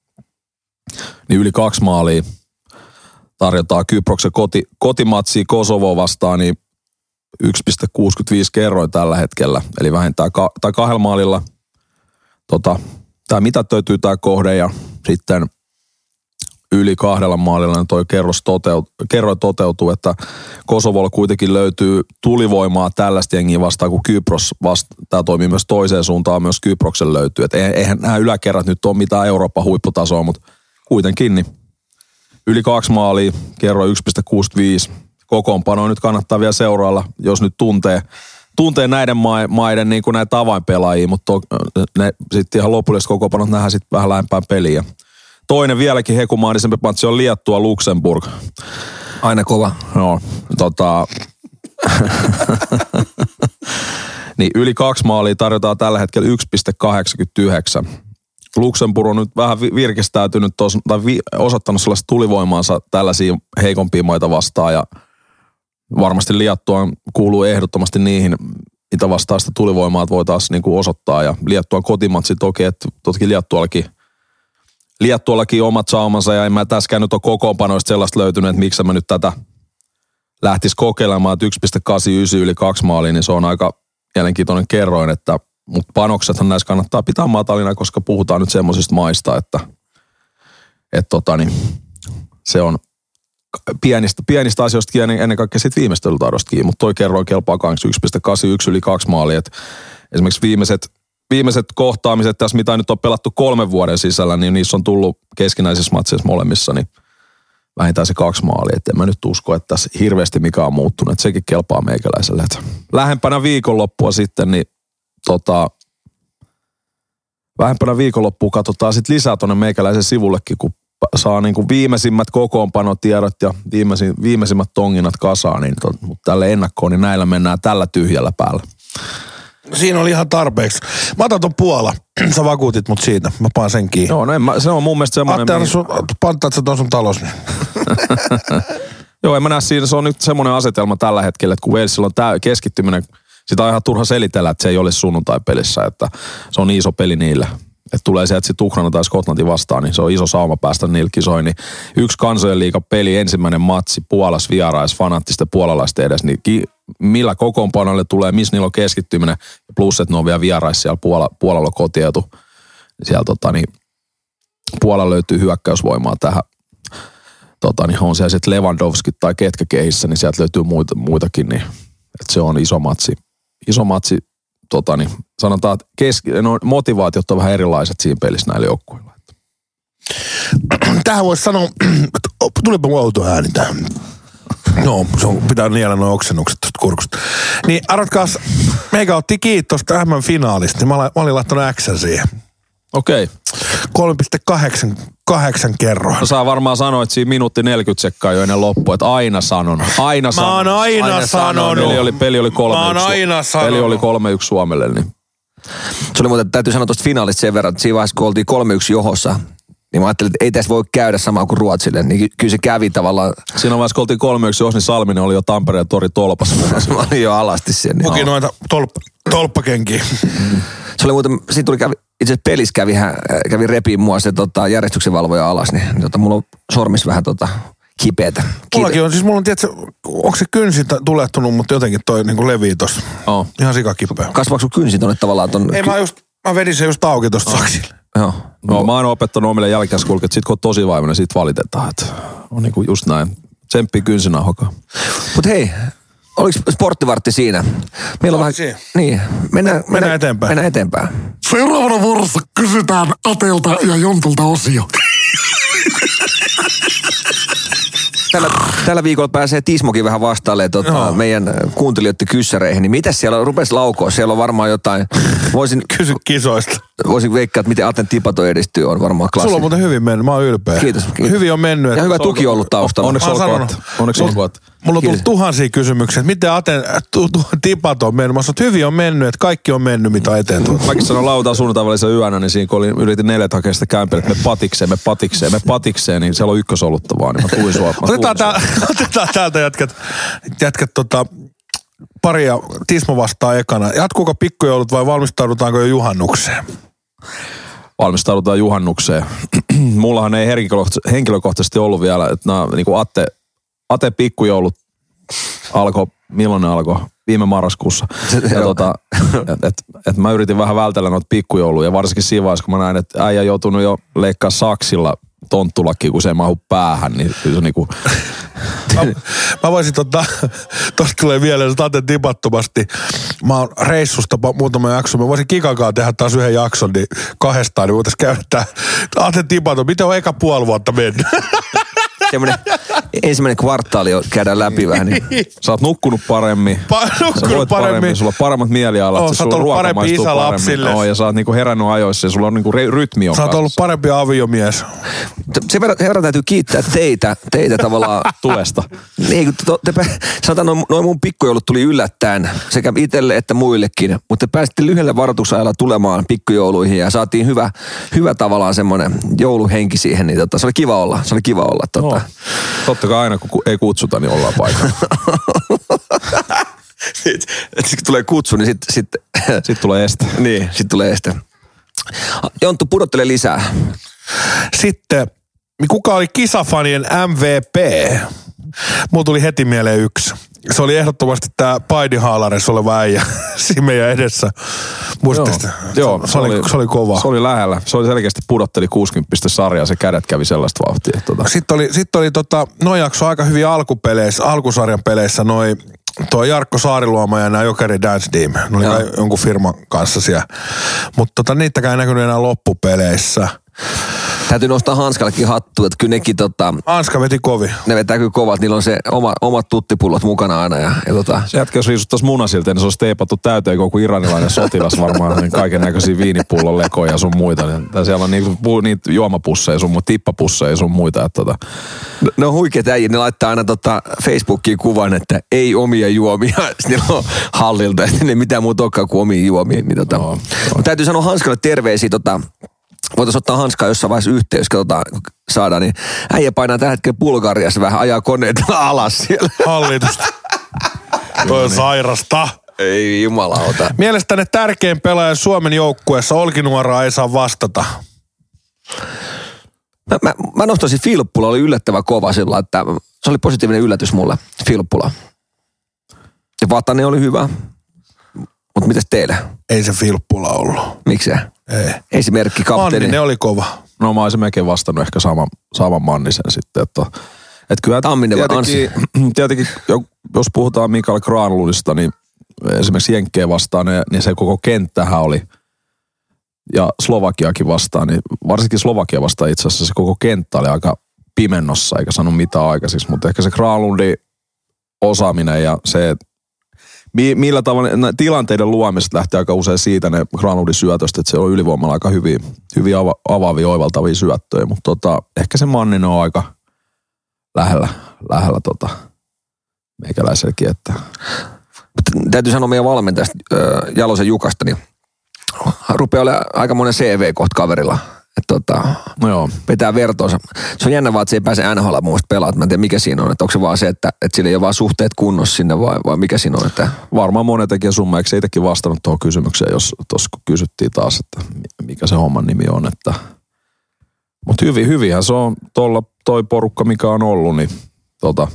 niin yli kaksi maalia tarjotaan Kyproksen koti, kotimatsia Kosovoa vastaan, niin yksi pilkku kuusikymmentäviisi kerroin tällä hetkellä, eli vähintään ka, tai kahdella maalilla. Tota, tämä mitätöityy tämä kohde, ja sitten yli kahdella maalilla, niin toi kerros toteut, kerroin toteutuu, että Kosovolla kuitenkin löytyy tulivoimaa tällaista jengiä vastaan, kun Kypros vasta, tämä toimii myös toiseen suuntaan, myös Kyproksen löytyy. Et eihän nämä yläkerrat nyt ole mitään Euroopan huipputasoa, mutta kuitenkin niin yli kaksi maalia, kerroin yksi pilkku kuusikymmentäviisi. Kokoonpanoa nyt kannattaa vielä seurailla, jos nyt tuntee, tuntee näiden maiden niin kuin näitä avainpelaajia, mutta to, ne sitten ihan lopulliset kokoonpanot nähdään sitten vähän lähempään peliä. Toinen vieläkin hekumaanisempi matsi on Liettua Luxemburg. Aina kova. No, tota... niin yli kaksi maalia tarjotaan tällä hetkellä yksi pilkku kahdeksankymmentäyhdeksän. Luxemburg on nyt vähän virkistäytynyt tos, tai vi, osoittanut sellaista tulivoimaansa tällaisia heikompia maita vastaan ja varmasti Liettua kuuluu ehdottomasti niihin, mitä vastaan sitä tulivoimaa voitaisiin niinku osoittaa ja Liettuan kotimatsi toki, että toki Liettuallakin Liettuallakin omat saumansa ja en mä tässäkään nyt ole kokoonpanoista sellaista löytynyt, että miksi mä nyt tätä lähtisi kokeilemaan, että yksi pilkku kahdeksankymmentäyhdeksän yli kaksi maalia, niin se on aika mielenkiintoinen kerroin, että mutta panoksethan näissä kannattaa pitää matalina, koska puhutaan nyt semmoisista maista, että et tota niin, se on pienistä, pienistä asioista kiinni, ennen kaikkea siitä viimeistelytaidosta kiinni, mutta toi kerroin kelpaa kanssa yksi pilkku kahdeksankymmentäyksi yli kaksi maalia, että esimerkiksi viimeiset Viimeiset kohtaamiset tässä, mitä nyt on pelattu kolmen vuoden sisällä, niin niissä on tullut keskinäisissä matseissa molemmissa, niin vähintään se kaksi maalia. Et en mä nyt usko, että tässä hirveästi mikä on muuttunut. Et sekin kelpaa meikäläiselle. Et lähempänä viikonloppua sitten, niin tota, vähempänä viikonloppua katsotaan sitten lisää tuonne meikäläisen sivullekin, kun saa niinku viimeisimmät kokoonpanotiedot ja viimeisin, viimeisimmät tonginat kasaan, niin tot, mutta tälle ennakkoon, niin näillä mennään tällä tyhjällä päällä. Siinä oli ihan tarpeeksi. Mä otan ton Puola. Sä vakuutit mut siitä. Mä paan sen kiinni. Joo, no en mä, se on mun mielestä semmoinen... Atte, sun, panttaat sä ton sun talos. Joo, en mä näe siinä. Se on nyt semmoinen asetelma tällä hetkellä, että kun Walesilla on tää keskittyminen, sitä on ihan turha selitellä, että se ei ole sunnuntai-pelissä, että se on iso peli niille. Että tulee sieltä sitten Ukraina tai Skotlanti vastaan, niin se on iso sauma päästä niillä kisoihin. Niin yksi kansojen liiga peli, ensimmäinen matsi, Puolas vierais, fanaattisten puolalaisten edes, niin ki- millä kokoonpanolle tulee, missä niillä on keskittyminen, plus että ne on vielä vierais siellä Puola, Puolalla kotietu. Siellä tota niin, Puolalla löytyy hyökkäysvoimaa tähän. Tota niin, on siellä sitten Lewandowski tai ketkä kehissä, niin sieltä löytyy muita, muitakin, niin että se on iso matsi. Iso matsi. Tota niin, sanotaan, että keski, no, motivaatiot on vähän erilaiset siinä pelissä näillä joukkueilla. Tähän voisi sanoa, että tulipa mun outo ääni tähän. No, se on, pitää niellä nuo oksennukset tuosta kurkusta. Niin arvatkaas, meikä otti kiinni tuosta M M-finaalista, niin mä, mä olin laittanut X:n siihen. Okei. Okay. kolme pilkku kahdeksan kerroin. No saa varmaan sanoa, että siinä minuutti neljäkymmentä sekkaa jo ennen loppua, että aina sanon. Aina sanon. Mä oon aina, aina sanonut. Peli oli, peli oli kolme yksi. Mä oon aina sanonut. Peli oli kolme yksi Suomelle, niin. Se oli muuten, täytyy sanoa tuosta finaalista sen verran, että siinä vaiheessa, kun oltiin kolme yksi johossa, niin mä ajattelin, että ei tässä voi käydä samaa kuin Ruotsille, niin kyllä se kävi tavallaan. Siinä vaiheessa, kun oltiin kolme yksi johossa, niin Salminen oli jo Tampereen tori tolpassa. Mä olin jo alasti sen. Puki niin noita tolppa, tolppakenkiä. Se oli muuten, siinä tuli kävi, itse asiassa pelissä kävi, kävi repiin mua se tota, järjestyksenvalvoja alas, niin tota, mulla on sormis vähän tota, kipeätä. Mullakin on, siis mulla on, tiedätkö, onko se kynsi tulehtunut, mutta jotenkin toi niin levii tossa. Oh. Ihan sikakipeä. Kasvaako sun kynsi tonne tavallaan ton... Ei, mä just, mä vedin sen just auki tosta oh. saksille. Joo. No, mä oon opettanut omille jälkikäskulkeet, että sit kun on tosi vaivainen, sit valitetaan, että on niinku just näin. Tsemppii kynsinauhakaan. Mut hei, oliko sporttivartti siinä? Meillä on vähän... Siinä. Niin, mennään, mennään eteenpäin. Mennään eteenpäin. Seuraavana vuorossa kysytään Atelta ja Jontulta osio. Tällä, tällä viikolla pääsee Tismokin vähän vastailemaan tota, no. meidän kuuntelijoiden kyssäreihin. Niin mitä siellä rupesi laukoa? Siellä on varmaan jotain... Voisin, Kysy kisoista. Voisin veikkaa, että miten Aten Tipato edistyy, on varmaan klassi. Sulla on muuten hyvin mennyt, mä oon ylpeä. Kiitos. kiitos. Hyvin on mennyt. Ja hyvä tuki on ollut taustalla. Onneksi olkoon. Onneksi olkoon. Mulla on tullut tuhansia kysymyksiä, että miten Aten tu, tu, Tipato on mennyt. Mä sanoin, että hyvin on mennyt, että kaikki on mennyt, mitä eteen tullut. Mäkin sanon lautaan sunnuntain välisen yönä, niin siinä kun olin, yritin neljät hakea sitä kämpillä, että me patikseen, me patikseen, me patikseen, niin siellä on ykkösolutta vaan, niin mä tuin sua. Otetaan, tää, otetaan täältä jätkät, jätkät tota, paria Tismo vastaa ekana. Jatkuuko pikkujoulut vai valmistaudutaanko jo juhannukseen? Valmistaudutaan juhannukseen. Mullahan ei henkilökohtaisesti ollut vielä, että nämä niin kuin Atte, Atte pikkujoulut alkoi, milloin ne alkoi? Viime marraskuussa. Ja tota, et, et, et mä yritin vähän vältellä noita pikkujouluja, varsinkin siinä vaiheessa, kun mä näin, että äijä joutunut jo leikkaa saksilla tonttulakki, kun se ei mahu päähän, niin se on niinku... Mä, mä voisin tota, tosta tulee vielä, jos otan tipattomasti. Mä oon reissusta muutama jakso. Mä voisin Kikankaan tehdä taas yhden jakson, niin kahdestaan, niin voitaisiin käydä tää. Aten tipaton, miten on eka puoli vuotta mennyt? Semmoinen ensimmäinen kvartaali jo käydään läpi vähän. Niin. Sä oot nukkunut paremmin. Pa- nukkunut sä voit paremmin. paremmin. Sulla on paremmat mielialat. Oh, sä oot ollut parempi isä lapsille. Oh, ja sä oot niinku herännyt ajoissa ja sulla on niinku rytmi on Sä oot ollut parempi aviomies. Sen verran, verran täytyy kiittää teitä, teitä tavallaan tuesta. Niin, kun te, te, sanotaan, noin, noin mun pikkujoulut tuli yllättäen sekä itselle että muillekin, mutta te pääsitte lyhyellä varoitusajalla tulemaan pikkujouluihin ja saatiin hyvä, hyvä tavallaan semmoinen jouluhenki siihen, niin tota, se oli kiva olla, se oli kiva olla. Tota. No, totta kai aina kun ei kutsuta, niin ollaan paikalla. Sitten kun tulee kutsu, niin sitten... Sit, sitten tulee este. Niin, sitten tulee este. Jonttu, pudottele lisää. Sitten, kuka oli kisafanien M V P? Mulla tuli heti mieleen yksi. Se oli ehdottomasti tää painihaalareissa oleva äijä siinä meidän edessä. Muistatko? Joo, se, se, oli, se oli kova. Se oli lähellä. Se oli selkeästi pudotteli kuusikymmentä sarjaa, se kädet kävi sellaista vauhtia. Tota. Sitten oli, sitten oli tota, noi jakso aika hyvin alkupeleissä, alkusarjan peleissä, noi tuo Jarkko Saariluoma ja nämä Jokeri Dance Team. Ne oli kai jonkun firman kanssa siellä. Mutta tota, niitäkään ei näkynyt enää loppupeleissä. Täytyy nostaa Hanskallekin hattu, että kyllä nekin tota... Hanska veti kovin. Ne vetää kyllä kovat, niillä on se oma, omat tuttipullot mukana aina ja, ja tota... Se jätkä, jos riisuttaisi munasilta, niin se olisi teipattu täyteen joku iranilainen sotilas varmaan, niin kaiken näköisiä viinipullon lekoja ja sun muita. Tai siellä on niitä, niitä juomapusseja sun muita, tippapusseja sun muita. Että tota... no, ne on huikeat äijät, ne laittaa aina tota Facebookiin kuvan, että ei omia juomia. Sitten niillä on hallilta, että ne mitään muuta olekaan kuin omia juomia. Niin tota... no, no. Täytyy sanoa Hanskalle terveisiä tota... Voitaisiin ottaa Hanskaa jossain vaiheessa yhteen, jos katsotaan, saadaan, niin äijä painaa tällä hetkellä Bulgariassa vähän, ajaa koneet alas siellä. Hallitusta. Toi on sairasta. Ei jumalauta. Mielestäni tärkein pelaaja Suomen joukkueessa, Olkinuoraa ei saa vastata. Mä, mä, mä nostaisin Filppula, oli yllättävän kova sillä, että se oli positiivinen yllätys mulle, Filppula. Ja Vatanen oli hyvä. Mutta mitäs teille? Ei se Filppula ollut. Miksi? Ei. Esimerkki kapteeni. Manninen oli kova. No mä olisin melkein vastannut ehkä saman, saman Mannisen sitten. Että, että kyllä Tamminen vai Anssi? Tietenkin, jos puhutaan Mikael Granlundista, niin esimerkiksi Jenkkeen vastaan, niin se koko kenttähän oli. Ja Slovakiakin vastaan, niin varsinkin Slovakia vastaan itse asiassa se koko kenttä oli aika pimennossa, eikä sano mitään aikaiseksi. Mutta ehkä se Granlundin osaaminen ja se, millä tavalla tilanteiden luomisesta lähtee aika usein siitä ne Granlundin syötöstä, että se on ylivoimalla aika hyviä, hyviä ava, avaavia, oivaltavia syöttöjä, mutta tota, ehkä se Manninen on aika lähellä, lähellä tota, meikäläiselläkin, että... Täytyy sanoa meidän valmentajasta Jalosen Jukasta, niin rupeaa olemaan aika monen C V kohta kaverilla. Että tota, no joo. Vetää vertoonsa. Se on jännä vaan, että se ei pääse N H L mun mielestä pelaa. Mä en tiedä mikä siinä on. Että onko se vaan se, että, että sillä ei ole vaan suhteet kunnossa sinne vai, vai mikä siinä on? Että... Varmaan monen tekijä summa. Eikö se itsekin vastannut tuohon kysymykseen, jos tuossa kysyttiin taas, että mikä se homman nimi on. Että... Mutta hyvin, hyvinhän se on tuolla toi porukka, mikä on ollut, niin tota...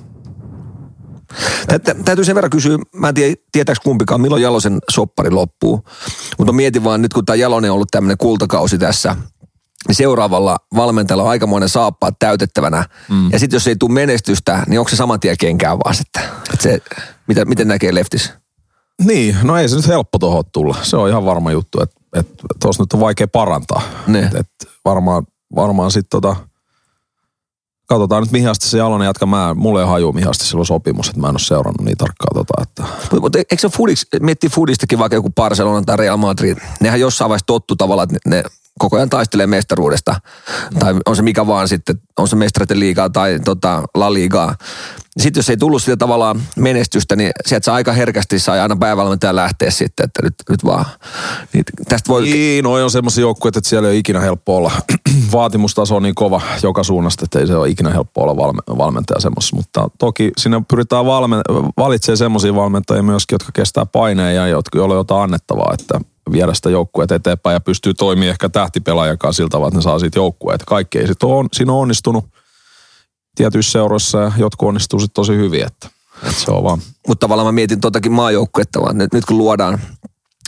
Täytyy sen verran kysyä, mä en tiedä, tietääks kumpikaan, milloin Jalosen soppari loppuu. Mutta mietin vaan nyt, kun tämä Jalonen on ollut tämmöinen kultakausi tässä, niin seuraavalla valmentajalla on aikamoinen saappaat täytettävänä. Mm. Ja sitten jos ei tule menestystä, niin onko se saman tien kenkään vaan sitten? Että se, mitä, miten näkee leftis? Niin, no ei se nyt helppo tuohon tulla. Se on ihan varma juttu, että et, tuossa nyt on vaikea parantaa. Et, et varmaan varmaan sitten tota... Katsotaan nyt, mihin asti se Jalonen jatka. Mä, mulle ei haju, mihin asti sillä on sopimus, että mä en ole seurannut niin tarkkaan tota, että... Mutta eikö se Fudix, miettii Fudistakin vaikka joku Barcelona tai Real Madrid, nehän jossain vaiheessa tottu tavallaan, että ne koko ajan taistelee mestaruudesta. Tai on se mikä vaan sitten, on se Mestareiden liigaa tai tota, La Ligaa. Sitten jos ei tullut sitä tavallaan menestystä, niin sieltä saa aika herkästi sai aina päivävalmentaja lähteä sitten, että nyt, nyt vaan. Niin tästä voi... Niin, no on semmoisia joukkueita, että siellä ei ole ikinä helppo olla. Vaatimustaso on niin kova joka suunnasta, että ei se ole ikinä helppo olla valme- valmentaja semmoisessa. Mutta toki siinä pyritään valme- valitsemaan semmoisia valmentajia myöskin, jotka kestää paineen ja jotka, joilla on jotain annettavaa, että viedä sitä joukkueet eteenpäin ja pystyy toimimaan ehkä tähtipelaajakaan siltä tavalla, että ne saa siitä joukkueet. Kaikki ei sit ole, siinä on onnistunut tietyissä seuroissa ja jotkut onnistuu sitten tosi hyvin, että, että se on vaan. Mutta tavallaan mä mietin totakin maajoukkuetta, vaan nyt, nyt kun luodaan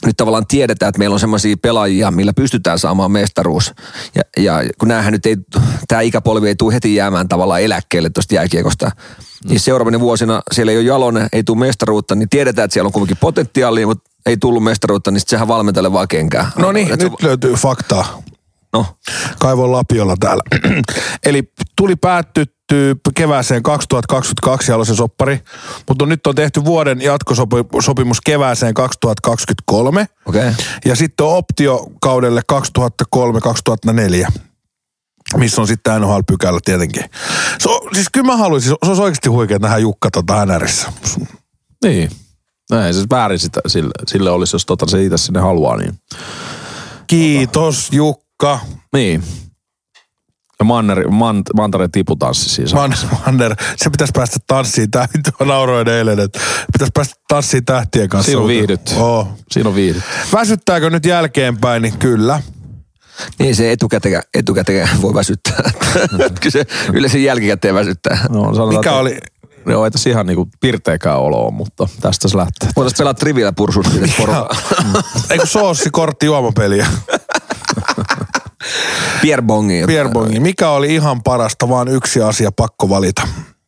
nyt tavallaan tiedetään, että meillä on semmoisia pelaajia, millä pystytään saamaan mestaruus. Ja, ja kun näähän nyt ei, tämä ikäpolvi ei tule heti jäämään tavallaan eläkkeelle tuosta jääkiekosta. Mm. Niin seuraavina vuosina siellä ei ole Jalonen, ei tule mestaruutta, niin tiedetään, että siellä on kuitenkin potentiaalia, mutta ei tullut mestaruutta, niin sehän valmentajalle vaan kenkään. No niin, Et nyt se... löytyy faktaa. No. Kaivon Lapiolla täällä. Eli tuli päättytty kevääseen kaksituhattakaksikymmentäkaksi Jalosen soppari, mutta nyt on tehty vuoden jatkosopimus kevääseen kaksituhattakaksikymmentäkolme. Okay. Ja sitten on optio kaudelle kaksituhattakolme kaksituhattaneljä, missä on sitten N H L-pykälä tietenkin. So, siis kyllä mä haluaisin, se olisi oikeasti huikea nähdä Jukka tota Hänärissä. Niin. Näin se väärin sitä, sille, sille olisi, jos tota se itse sinne haluaa. Niin. Kiitos Jukka. Niin. Ja Manner, man, Mantare tiputanssi siis. Man, Manner, se pitäisi päästä tanssiin. Tää vittu nauroin eilen, että pitäisi päästä tanssiin tähtien kanssa. Siinä on viihdyt. Oh. Siinä on viihdyt. Väsyttääkö nyt jälkeenpäin, niin kyllä. Niin se etukäteen, etukäteen voi väsyttää. Kyllä se yleensä jälkikäteen väsyttää. No, sanotaan, mikä oli... Joo, ei tässä ihan niinku pirteäkään oloa, mutta tästä se lähtee. Voitaisiin pelaa Trivial Pursuit porukkaa. Eikö soossi kortti juomapeliä? Pierre Bongi. Pierre Bongi. Mikä oli ihan parasta, vaan yksi asia pakko valita?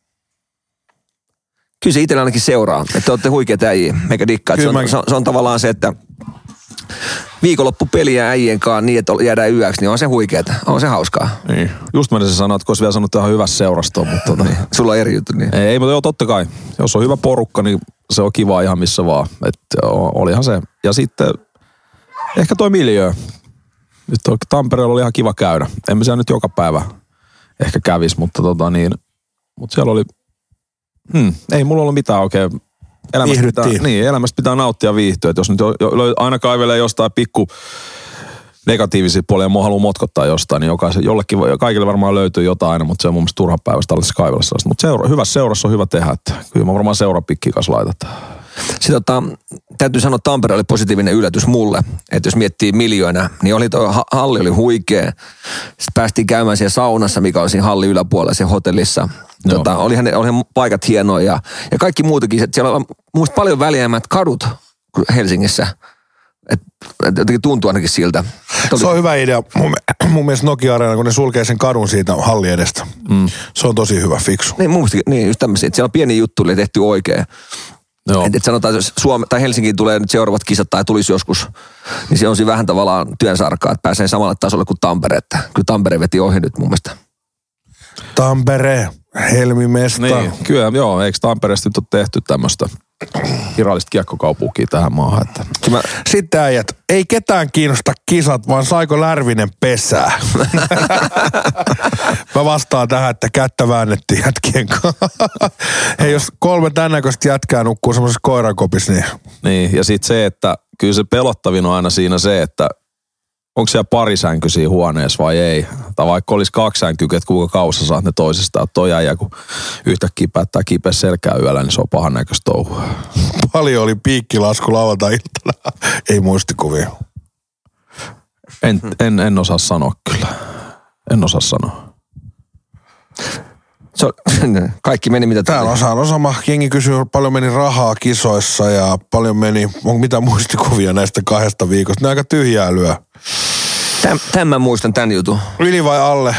Kyllä se itsellä ainakin seuraa. Että te olette huikeita äijiä, meikä dikkaa. Se on, se, on, se on tavallaan se, että viikonloppupeliä äijien kanssa niin, että jäädään yöksi, niin on se huikeeta. On se hauskaa. Niin. Just mä se sanoin, että kun vielä sanonut ihan hyvässä seurastoon, mutta tota... niin. Sulla on eri juttu, niin. Ei, ei, mutta joo, totta kai. Jos on hyvä porukka, niin se on kiva ihan missä vaan. Että olihan se. Ja sitten ehkä toi miljöö. Nyt Tampereella oli ihan kiva käydä. En mä siellä nyt joka päivä ehkä kävis, mutta tota niin, mutta siellä oli, hmm, ei mulla ollut mitään oikein. Elämästä pitää, niin, elämästä pitää nauttia viihtyä. Et jos nyt jo, jo, aina kaivelee jostain pikku negatiivisia puolia ja mua haluaa motkottaa jostain, niin jokaisen, jollekin, kaikille varmaan löytyy jotain aina, mutta se on mun mielestä turhan päivästä alle kaivella sellaista. Mutta seura, hyvässä seurassa on hyvä tehdä, että kyllä mä varmaan seurapikkiä kanssa laitat. Sitten tota, täytyy sanoa, että Tampere oli positiivinen yllätys mulle, että jos miettii miljoona, niin oli toi halli oli huikea. Sitten päästiin käymään siellä saunassa, mikä oli siinä hallin yläpuolella, siellä hotellissa. Tota, olihan, ne, olihan paikat hienoja ja, ja kaikki muutakin. Siellä on muista paljon väliämät kadut kuin Helsingissä. Et, et jotenkin tuntuu ainakin siltä. Oli... Se on hyvä idea. Mun, mun mielestä Nokia-areena, kun ne sulkee sen kadun siitä hallin edestä. Mm. Se on tosi hyvä, fiksu. Niin, mun mielestä, niin just tämmöisiä. Siellä on pieni juttu, oli tehty oikein. Että et sanotaan, jos Suome, tai Helsinkiin tulee nyt seuraavat kisat tai tulisi joskus, niin se on siinä vähän tavallaan työnsarkaa, että pääsee samalle tasolle kuin Tampere. Että kyllä Tampere veti ohi nyt mun mielestä. Tampere, Helmimesta. Niin, kyllä, joo, eikö Tampereesta nyt ole tehty tämmöistä virallista kiekkokaupunkia tähän maahan. Että. Mä... Sitten äijät, ei ketään kiinnosta kisat, vaan saiko Lärvinen pesää? Mä vastaan tähän, että kättä väännettiin jätkien kanssa. Hei, jos kolme tämän näköistä jätkää nukkuu semmoisessa koirankopissa, niin... Niin, ja sitten se, että kyllä se pelottavin on aina siinä se, että onko siellä pari sänky siinä huoneessa vai ei. Tai vaikka olisi kaksi sänkyä, että kuinka kaussa saat ne toisistaan. Toi äijä, kun yhtäkkiä päättää kipeä selkää yöllä, niin se on pahan näköistä touhua. Paljon oli piikkilasku lauantai-iltana. Ei muistikuvia. En, en, en osaa sanoa kyllä. En osaa sanoa. So, kaikki meni mitä täällä on saanut sama. Jengi kysyy, paljon meni rahaa kisoissa ja paljon meni, onko mitä muistikuvia näistä kahdesta viikosta? Ne aika tyhjää lyö. Täm, tämän mä muistan tämän jutun. Yli vai alle?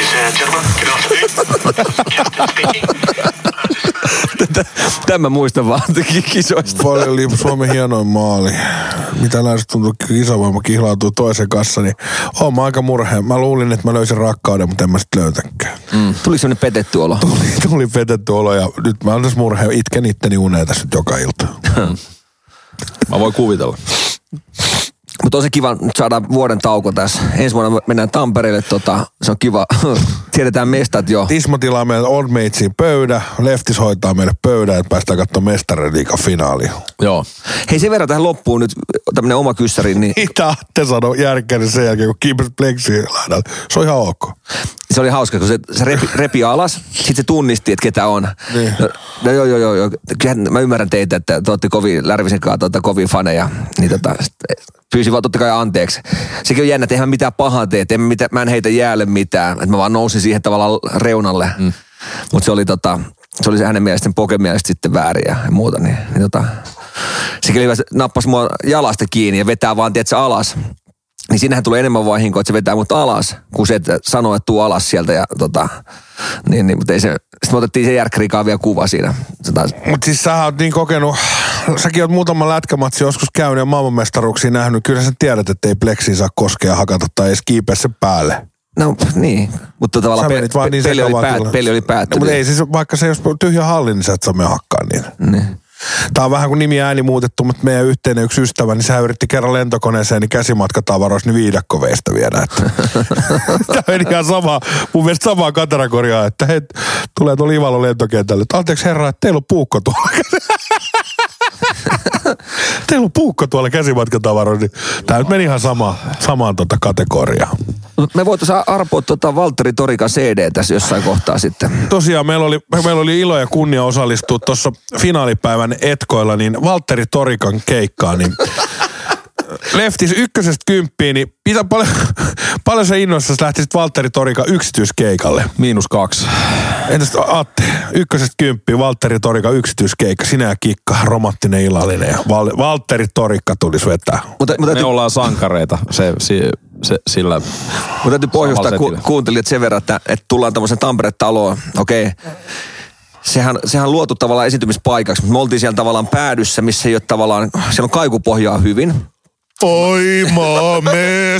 Tämän mä muistan vaan kisoista. Paljon oli Suomen hienoin maali. Mitä näistä tuntuu, kisavoima kihlautuu toisen kanssa, niin oon mä aika murheen. Mä luulin, että mä löysin rakkauden, mutta en mä sit löytäkään. Mm. Tuliko semmonen petetty olo? Tuli, tuli petetty olo ja nyt mä oon tässä murheen. Itken itteni uneen tässä nyt joka ilta. Mä voin kuvitella. Mutta on se kiva, nyt saadaan vuoden tauko tässä. Ensi vuonna mennään Tampereelle, tota, se on kiva. Tiedetään mestat jo. Tismo tilaa meille Old Matesin pöydä. Leftis hoitaa meille pöydän, että päästään katsomaan Mestariliigan finaalia. Joo. Hei, sen verran tähän loppuun nyt tämmönen oma kyssäri. Niin... Mitä Atte sanoi järkkäinen sen jälkeen, kun kiipesi pleksiin laidalla. Se on ihan ok. Se oli hauska, kun se, se repi, repi alas, sitten se tunnisti, että ketä on. Niin. No, no joo, joo, joo, joo. Kyllähän mä ymmärrän teitä, että te olette kovin, Lärvisen kanssa tuota, kovin faneja. Niin tota, pyysin vaan totta kai anteeksi. Sekin on jännä, että eihän mitään pahaa tee, että mitään, mä en heitä jäälle mitään. Että mä vaan nousin siihen tavallaan reunalle. Mm. Mutta se oli tota, se oli se hänen mielestään Poken mielestä sitten väärin ja muuta. Niin, niin tota, se kyllä nappasi mua jalasta kiinni ja vetää vaan, tiedätkö, alas. Niin siinähän tulee enemmän vahinkoa, että se vetää mut alas, kuin se, että sanoo, että tuu alas sieltä. Ja, tota, niin, niin, mutta ei se, sitten me otettiin se järkkirikaan vielä kuva siinä. Mutta siis sä oot niin kokenut, säkin oot muutaman lätkämatsi joskus käynyt ja maailmanmestaruuksia nähnyt. Kyllä sä tiedät, että ei pleksiä saa koskea, hakata tai edes kiipeä sen päälle. No niin, mutta tavallaan pe- pe- niin peli, oli päät, peli oli päättynyt. No, mutta ei siis, vaikka se jos tyhjä halli, niin sä et saa me hakkaa niin. Niin. Tää on vähän kuin nimi ääni muutettu, mutta meidän yhteinen yksi ystävä, niin sehän yritti kerran lentokoneeseen, niin käsimatkatavaroissa niin viidakkoveistä viedä. Tämä on ihan sama, mun mielestä samaa katerakorjaa, että hei, tulee tuolla Ivalo lentokentälle. Anteeksi herra, että teillä on puukko tuolla. Teillä on puukko tuolla käsimatkatavaroissa. Niin tää nyt meni ihan sama, samaan tota kategoriaan. Me voitaisiin arpoa tuota Valtteri Torikan C D tässä jossain kohtaa sitten. Tosiaan meillä oli, meillä oli ilo ja kunnia osallistua tuossa finaalipäivän etkoilla, niin Valtteri Torikan keikkaan, niin Leftis ykkösestä kymppiin, niin mitä paljon, paljon sä innoissasi lähtisit Valtteri Torikan yksityiskeikalle? Miinus kaksi. Entäs Atte, ykkösestä kymppiin, Valtteri Torikan yksityiskeikka, sinä ja Kikka, romanttinen illallinen ja Val- Valtteri Torikka tulisi vetää. Mutta, mutta me ollaan sankareita, se, se, se sillä. Mutta täytyy pohjustaa ku, kuuntelijat sen verran, että, että tullaan tämmöisen Tampere-taloon, okei. Okay. Sehän, sehän on luotu tavallaan esiintymispaikaksi, mutta me oltiin siellä tavallaan päädyssä, missä ei ole tavallaan, siellä on kaikupohjaa hyvin. Oi maamme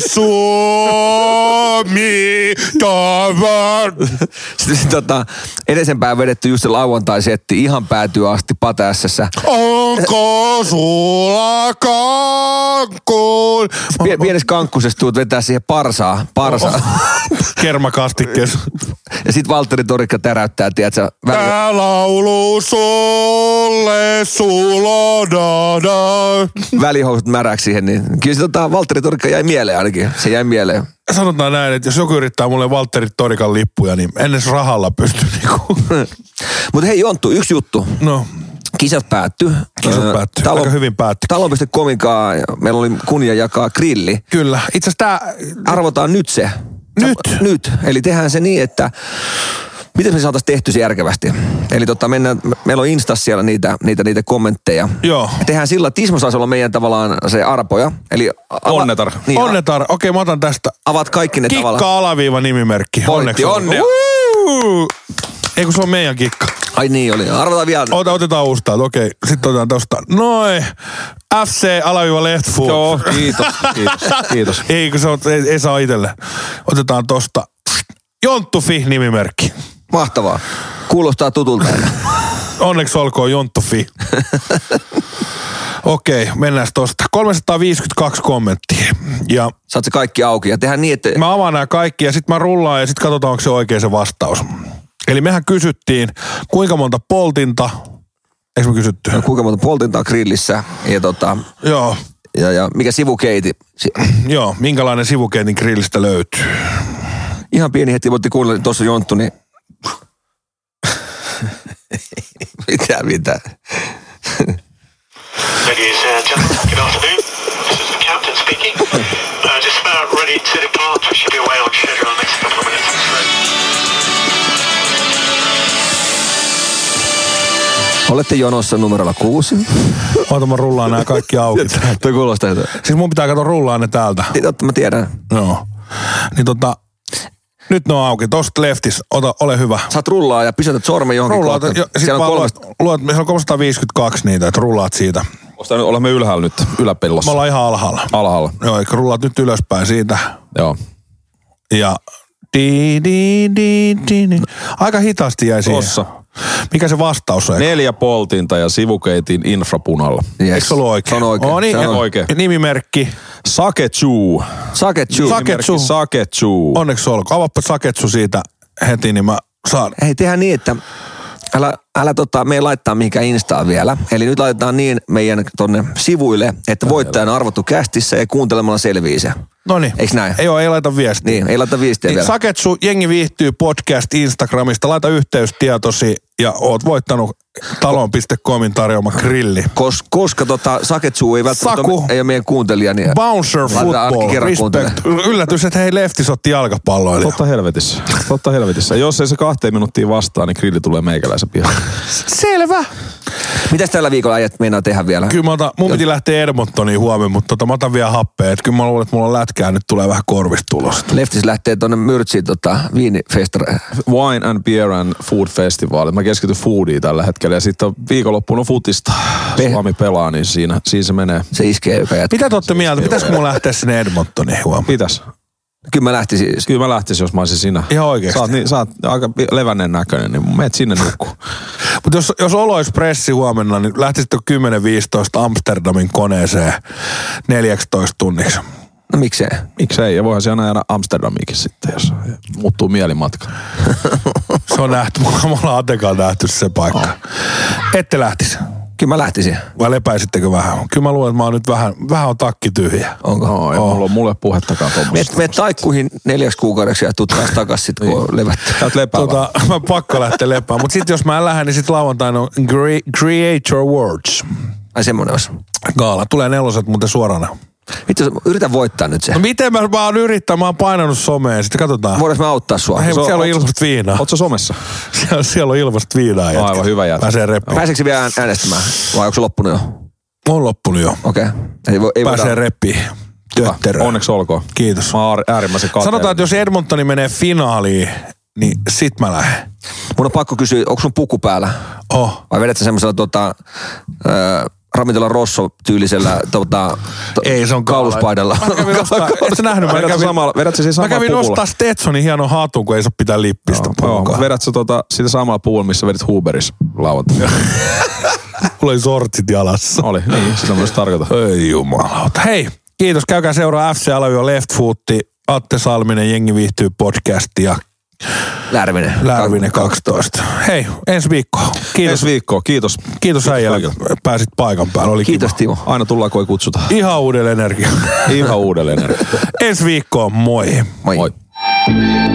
Suomi tavan. Sitten tota, edesempään vedetty just se lauantai-setti ihan päätyä asti Pata-Ässässä. Onko sulla kankkuun? Pien, pienessä kankkusessa tuut vetää siihen parsaa. Parsaa. Oh. Kermakastikkeessa. Ja sit Valtteri Torikka täräyttää, tiedätkö? Tää laulu sulle sulodada. Välihousut märäksi siihen, niin kyllä se tota, Valtteri Torikka jäi mieleen ainakin. Se jäi mieleen. Sanotaan näin, että jos joku yrittää mulle Valtteri Torikan lippuja, niin en edes rahalla pysty niinku. Mutta hei Jonttu, yksi juttu. No. Kisat päättyi. Kisat päättyi. Talo, Aika hyvin päättyi. Talon piste cominkaan meillä oli kunnia jakaa grilli. Kyllä. Itse asiassa tää... Arvotaan nyt se. Nyt? Nyt. Eli tehdään se niin, että... Miten me saataisiin tehty se järkevästi? Eli tota, mennään, meillä on Instas siellä niitä, niitä, niitä kommentteja. Joo. Tehdään sillä, että Tismo saisi olla meidän tavallaan se arpoja. Eli ava, Onnetar. Niin, Onnetar. Okei, okay, mä otan tästä. Avaat kaikki ne Kikka tavallaan. Kikka alaviiva nimimerkki. Pointti, onnea. Ei kun se on meidän Kikka. Ai niin oli. Arvotaan vielä. Ota, otetaan uustaan. Okei, okay. Sitten otetaan tosta. Noin. F C alaviiva left foot. Joo, kiitos. Kiitos. Kiitos. Ei kun se on, ei, ei saa itselle. Otetaan tosta. Jonttufi nimimerkki. Mahtavaa. Kuulostaa tutulta. Onneksi olkoon Jonttufi. Okei, okay, mennään tosta. kolmesataaviisikymmentäkaksi kommenttia. Ja saat se kaikki auki ja tehdään niin, että... Mä avaan nämä kaikki ja sitten mä rullaan ja sitten katsotaan, onko se oikea se vastaus. Eli mehän kysyttiin, kuinka monta poltinta, eikö me kysytty? No, kuinka monta poltintaa grillissä ja tota... Joo. Ja, ja mikä sivukeiti? Si- Joo, minkälainen sivukeitin grillistä löytyy? Ihan pieni hetki, voitte kuulla, että tuossa Jonttu, niin... mitä, mitä? Ladies and gentlemen, good afternoon. This is the captain speaking. Uh, just about ready to depart. We should be away on schedule in the next couple of minutes. Olette jonossa numerolla kuusi. Oota, mä rullaan nämä kaikki auki. Toi kuulostaa hyvä. Siis mun pitää katsoa rullaan ne täältä. Totta, mä tiedän. Joo. Niin tota, nyt ne on auki. Tosta leftis, ota, ole hyvä. Saat rullaa ja pysäytät sormen johonkin Rullaat, kohtaan. Jo, siellä on kolme... luot, siellä on kolmesataaviisikymmentäkaksi niitä, että rullaat siitä. Nyt olemme ylhäällä nyt, yläpellossa. Me ollaan ihan alhaalla. Alhaalla. Joo, eikä rullaat nyt ylöspäin siitä. Joo. Ja... Di, di, di, di, di. Aika hitaasti jäi siihen. Tossa. Mikä se vastaus on? Neljä poltinta ja sivukeitin infrapunalla. Yes. Eikö se ollut oikein? Se on oikein. Oh, niin, se on oikein. Nimimerkki. Saketsu. Saketsu. Saketsu. Saketsu. Onneksi olkoon. Avaappa Saketsu siitä heti, niin mä saan. Hei, tehdään niin, että älä, älä tota, me ei laittaa mihinkään Instaan vielä. Eli nyt laitetaan niin meidän tonne sivuille, että voittajan arvottu kästissä ja kuuntelemalla selviää se. Noniin. Eiks näin? Ei oo, ei laita viestiä. Niin, ei laita viestiä niin, vielä. Saketsu, jengi viihtyy podcast Instagramista. Laita yhteystietosi ja oot voittanut talon piste comin tarjoama grilli. Kos, koska tota, Saketsu ei välttämättä Saku. ei ole meidän kuuntelija. Niin Bouncer football. Respect. Yllätys, että hei Leftis otti jalkapalloilija. Totta helvetissä. Totta helvetissä. Jos ei se kahteen minuuttiin vastaa, niin grilli tulee meikäläisen pihaan. Selvä. Mitäs tällä viikolla ajat meinaa tehdä vielä? Kyllä mä otan, mun piti lähteä Edmontoniin huomenna, mutta tota, mä otan vielä happea. Kyllä mä luulen, että mulla on lätkää, nyt tulee vähän korvista tulosta. Leftis lähtee tonne Myrtsiin tota, viinifestareihin. Wine and Beer and Food Festival. Mä keskityn foodiin tällä hetkellä ja sitten viikonloppuun on futista. Pe- Suomi pelaa, niin siinä, siinä se menee. Se iskee joka jätkä. Mitä te ootte mieltä? Pitäisikö mun lähteä sinne Edmontoniin huomenna? Pitäis. Kyllä mä lähtisin. Kyllä mä lähtisin, jos mä olisin sinä. Ihan oikeesti. Sä oot, niin, sä oot aika levänneen näköinen, niin meet sinne nukkuun. Mutta jos, jos olo olisi pressi huomenna, niin lähtisitte kymmenen viisitoista Amsterdamin koneeseen neljätoista tunniksi. No miksei? Miksei? Ja voihan siellä jäädä Amsterdamiinkin sitten, jos muuttuu mielimatka. Se on nähty. Me ollaan Atekaan nähty se paikka. Oh. Ette lähtisi. Kyllä mä lähtisin. Vai lepäisittekö vähän? Kyllä mä luulen, että mä oon nyt vähän, vähän on takki tyhjä. Onko? No, ei oh. mulla ole mulle puhettakaan tuommoista. Meet taikkuihin neljäksi kuukaudeksi ja tuut taas takas sit, kun on levätty. Käyt lepää tota, mä pakko lähteä lepään. Mutta sit jos mä en lähde, niin sit lauantaina on Creator Awards. Ai semmonen olisi. Gaala. Tulee neloset muuten suorana. Vittu, yritä voittaa nyt se. No miten mä, mä oon yrittänyt? Mä oon painanut someen. Sitten katsotaan. Voidaanko mä auttaa sua? Hei, mutta siellä on ilmasta viinaa. Ootko somessa? Siellä, siellä on ilmasta viinaa. Jätkä. Aivan hyvä jätkä. Pääsee reppiin. Pääseekö se vielä äänestämään? Vai onko se loppunut jo? On loppunut jo. Okei. Okay. Pääsee voida... reppiin. Tötterö. Onneksi olkoon. Kiitos. Mä oon äärimmäisen kateellinen. Sanotaan, että jos Edmontoni menee finaaliin, niin sit mä lähden. Mun on pakko kysyä, onko sun puku päällä? Oh. Vai vedät sä semmoisella tota... Öö, Ravintola Rosso-tyylisellä tota, to, ei, se on kauluspaidalla. Mä kävin ostaa, et sä nähnyt? Mä kävin, samalla, vedät sä siis mä kävin ostaa Stetsonin hienon hatun, kun ei saa pitää lippistä. Joo, joo, vedät sä tota, sitä samalla puolella, missä vedit Huberissa lauantaina. Mulla oli sortsit jalassa. Oli, niin, sitä myös tarkoitan. Ei jumalauta. Hei, kiitos. Käykää seuraa F C Alavio Left Footti, Atte Salminen, Jengi viihtyy podcasti ja Lärvinen. Lärvinen kaksitoista. Hei, ensi viikkoa. Kiitos. Ensi viikkoa, kiitos. Kiitos äijälle, pääsit paikan päälle. Oli kiitos kiva. Timo. Aina tullaan, kun ei kutsuta. Ihan uudelle energia. Ihan uudelle energia. Ensi viikkoon, moi. Moi. Moi.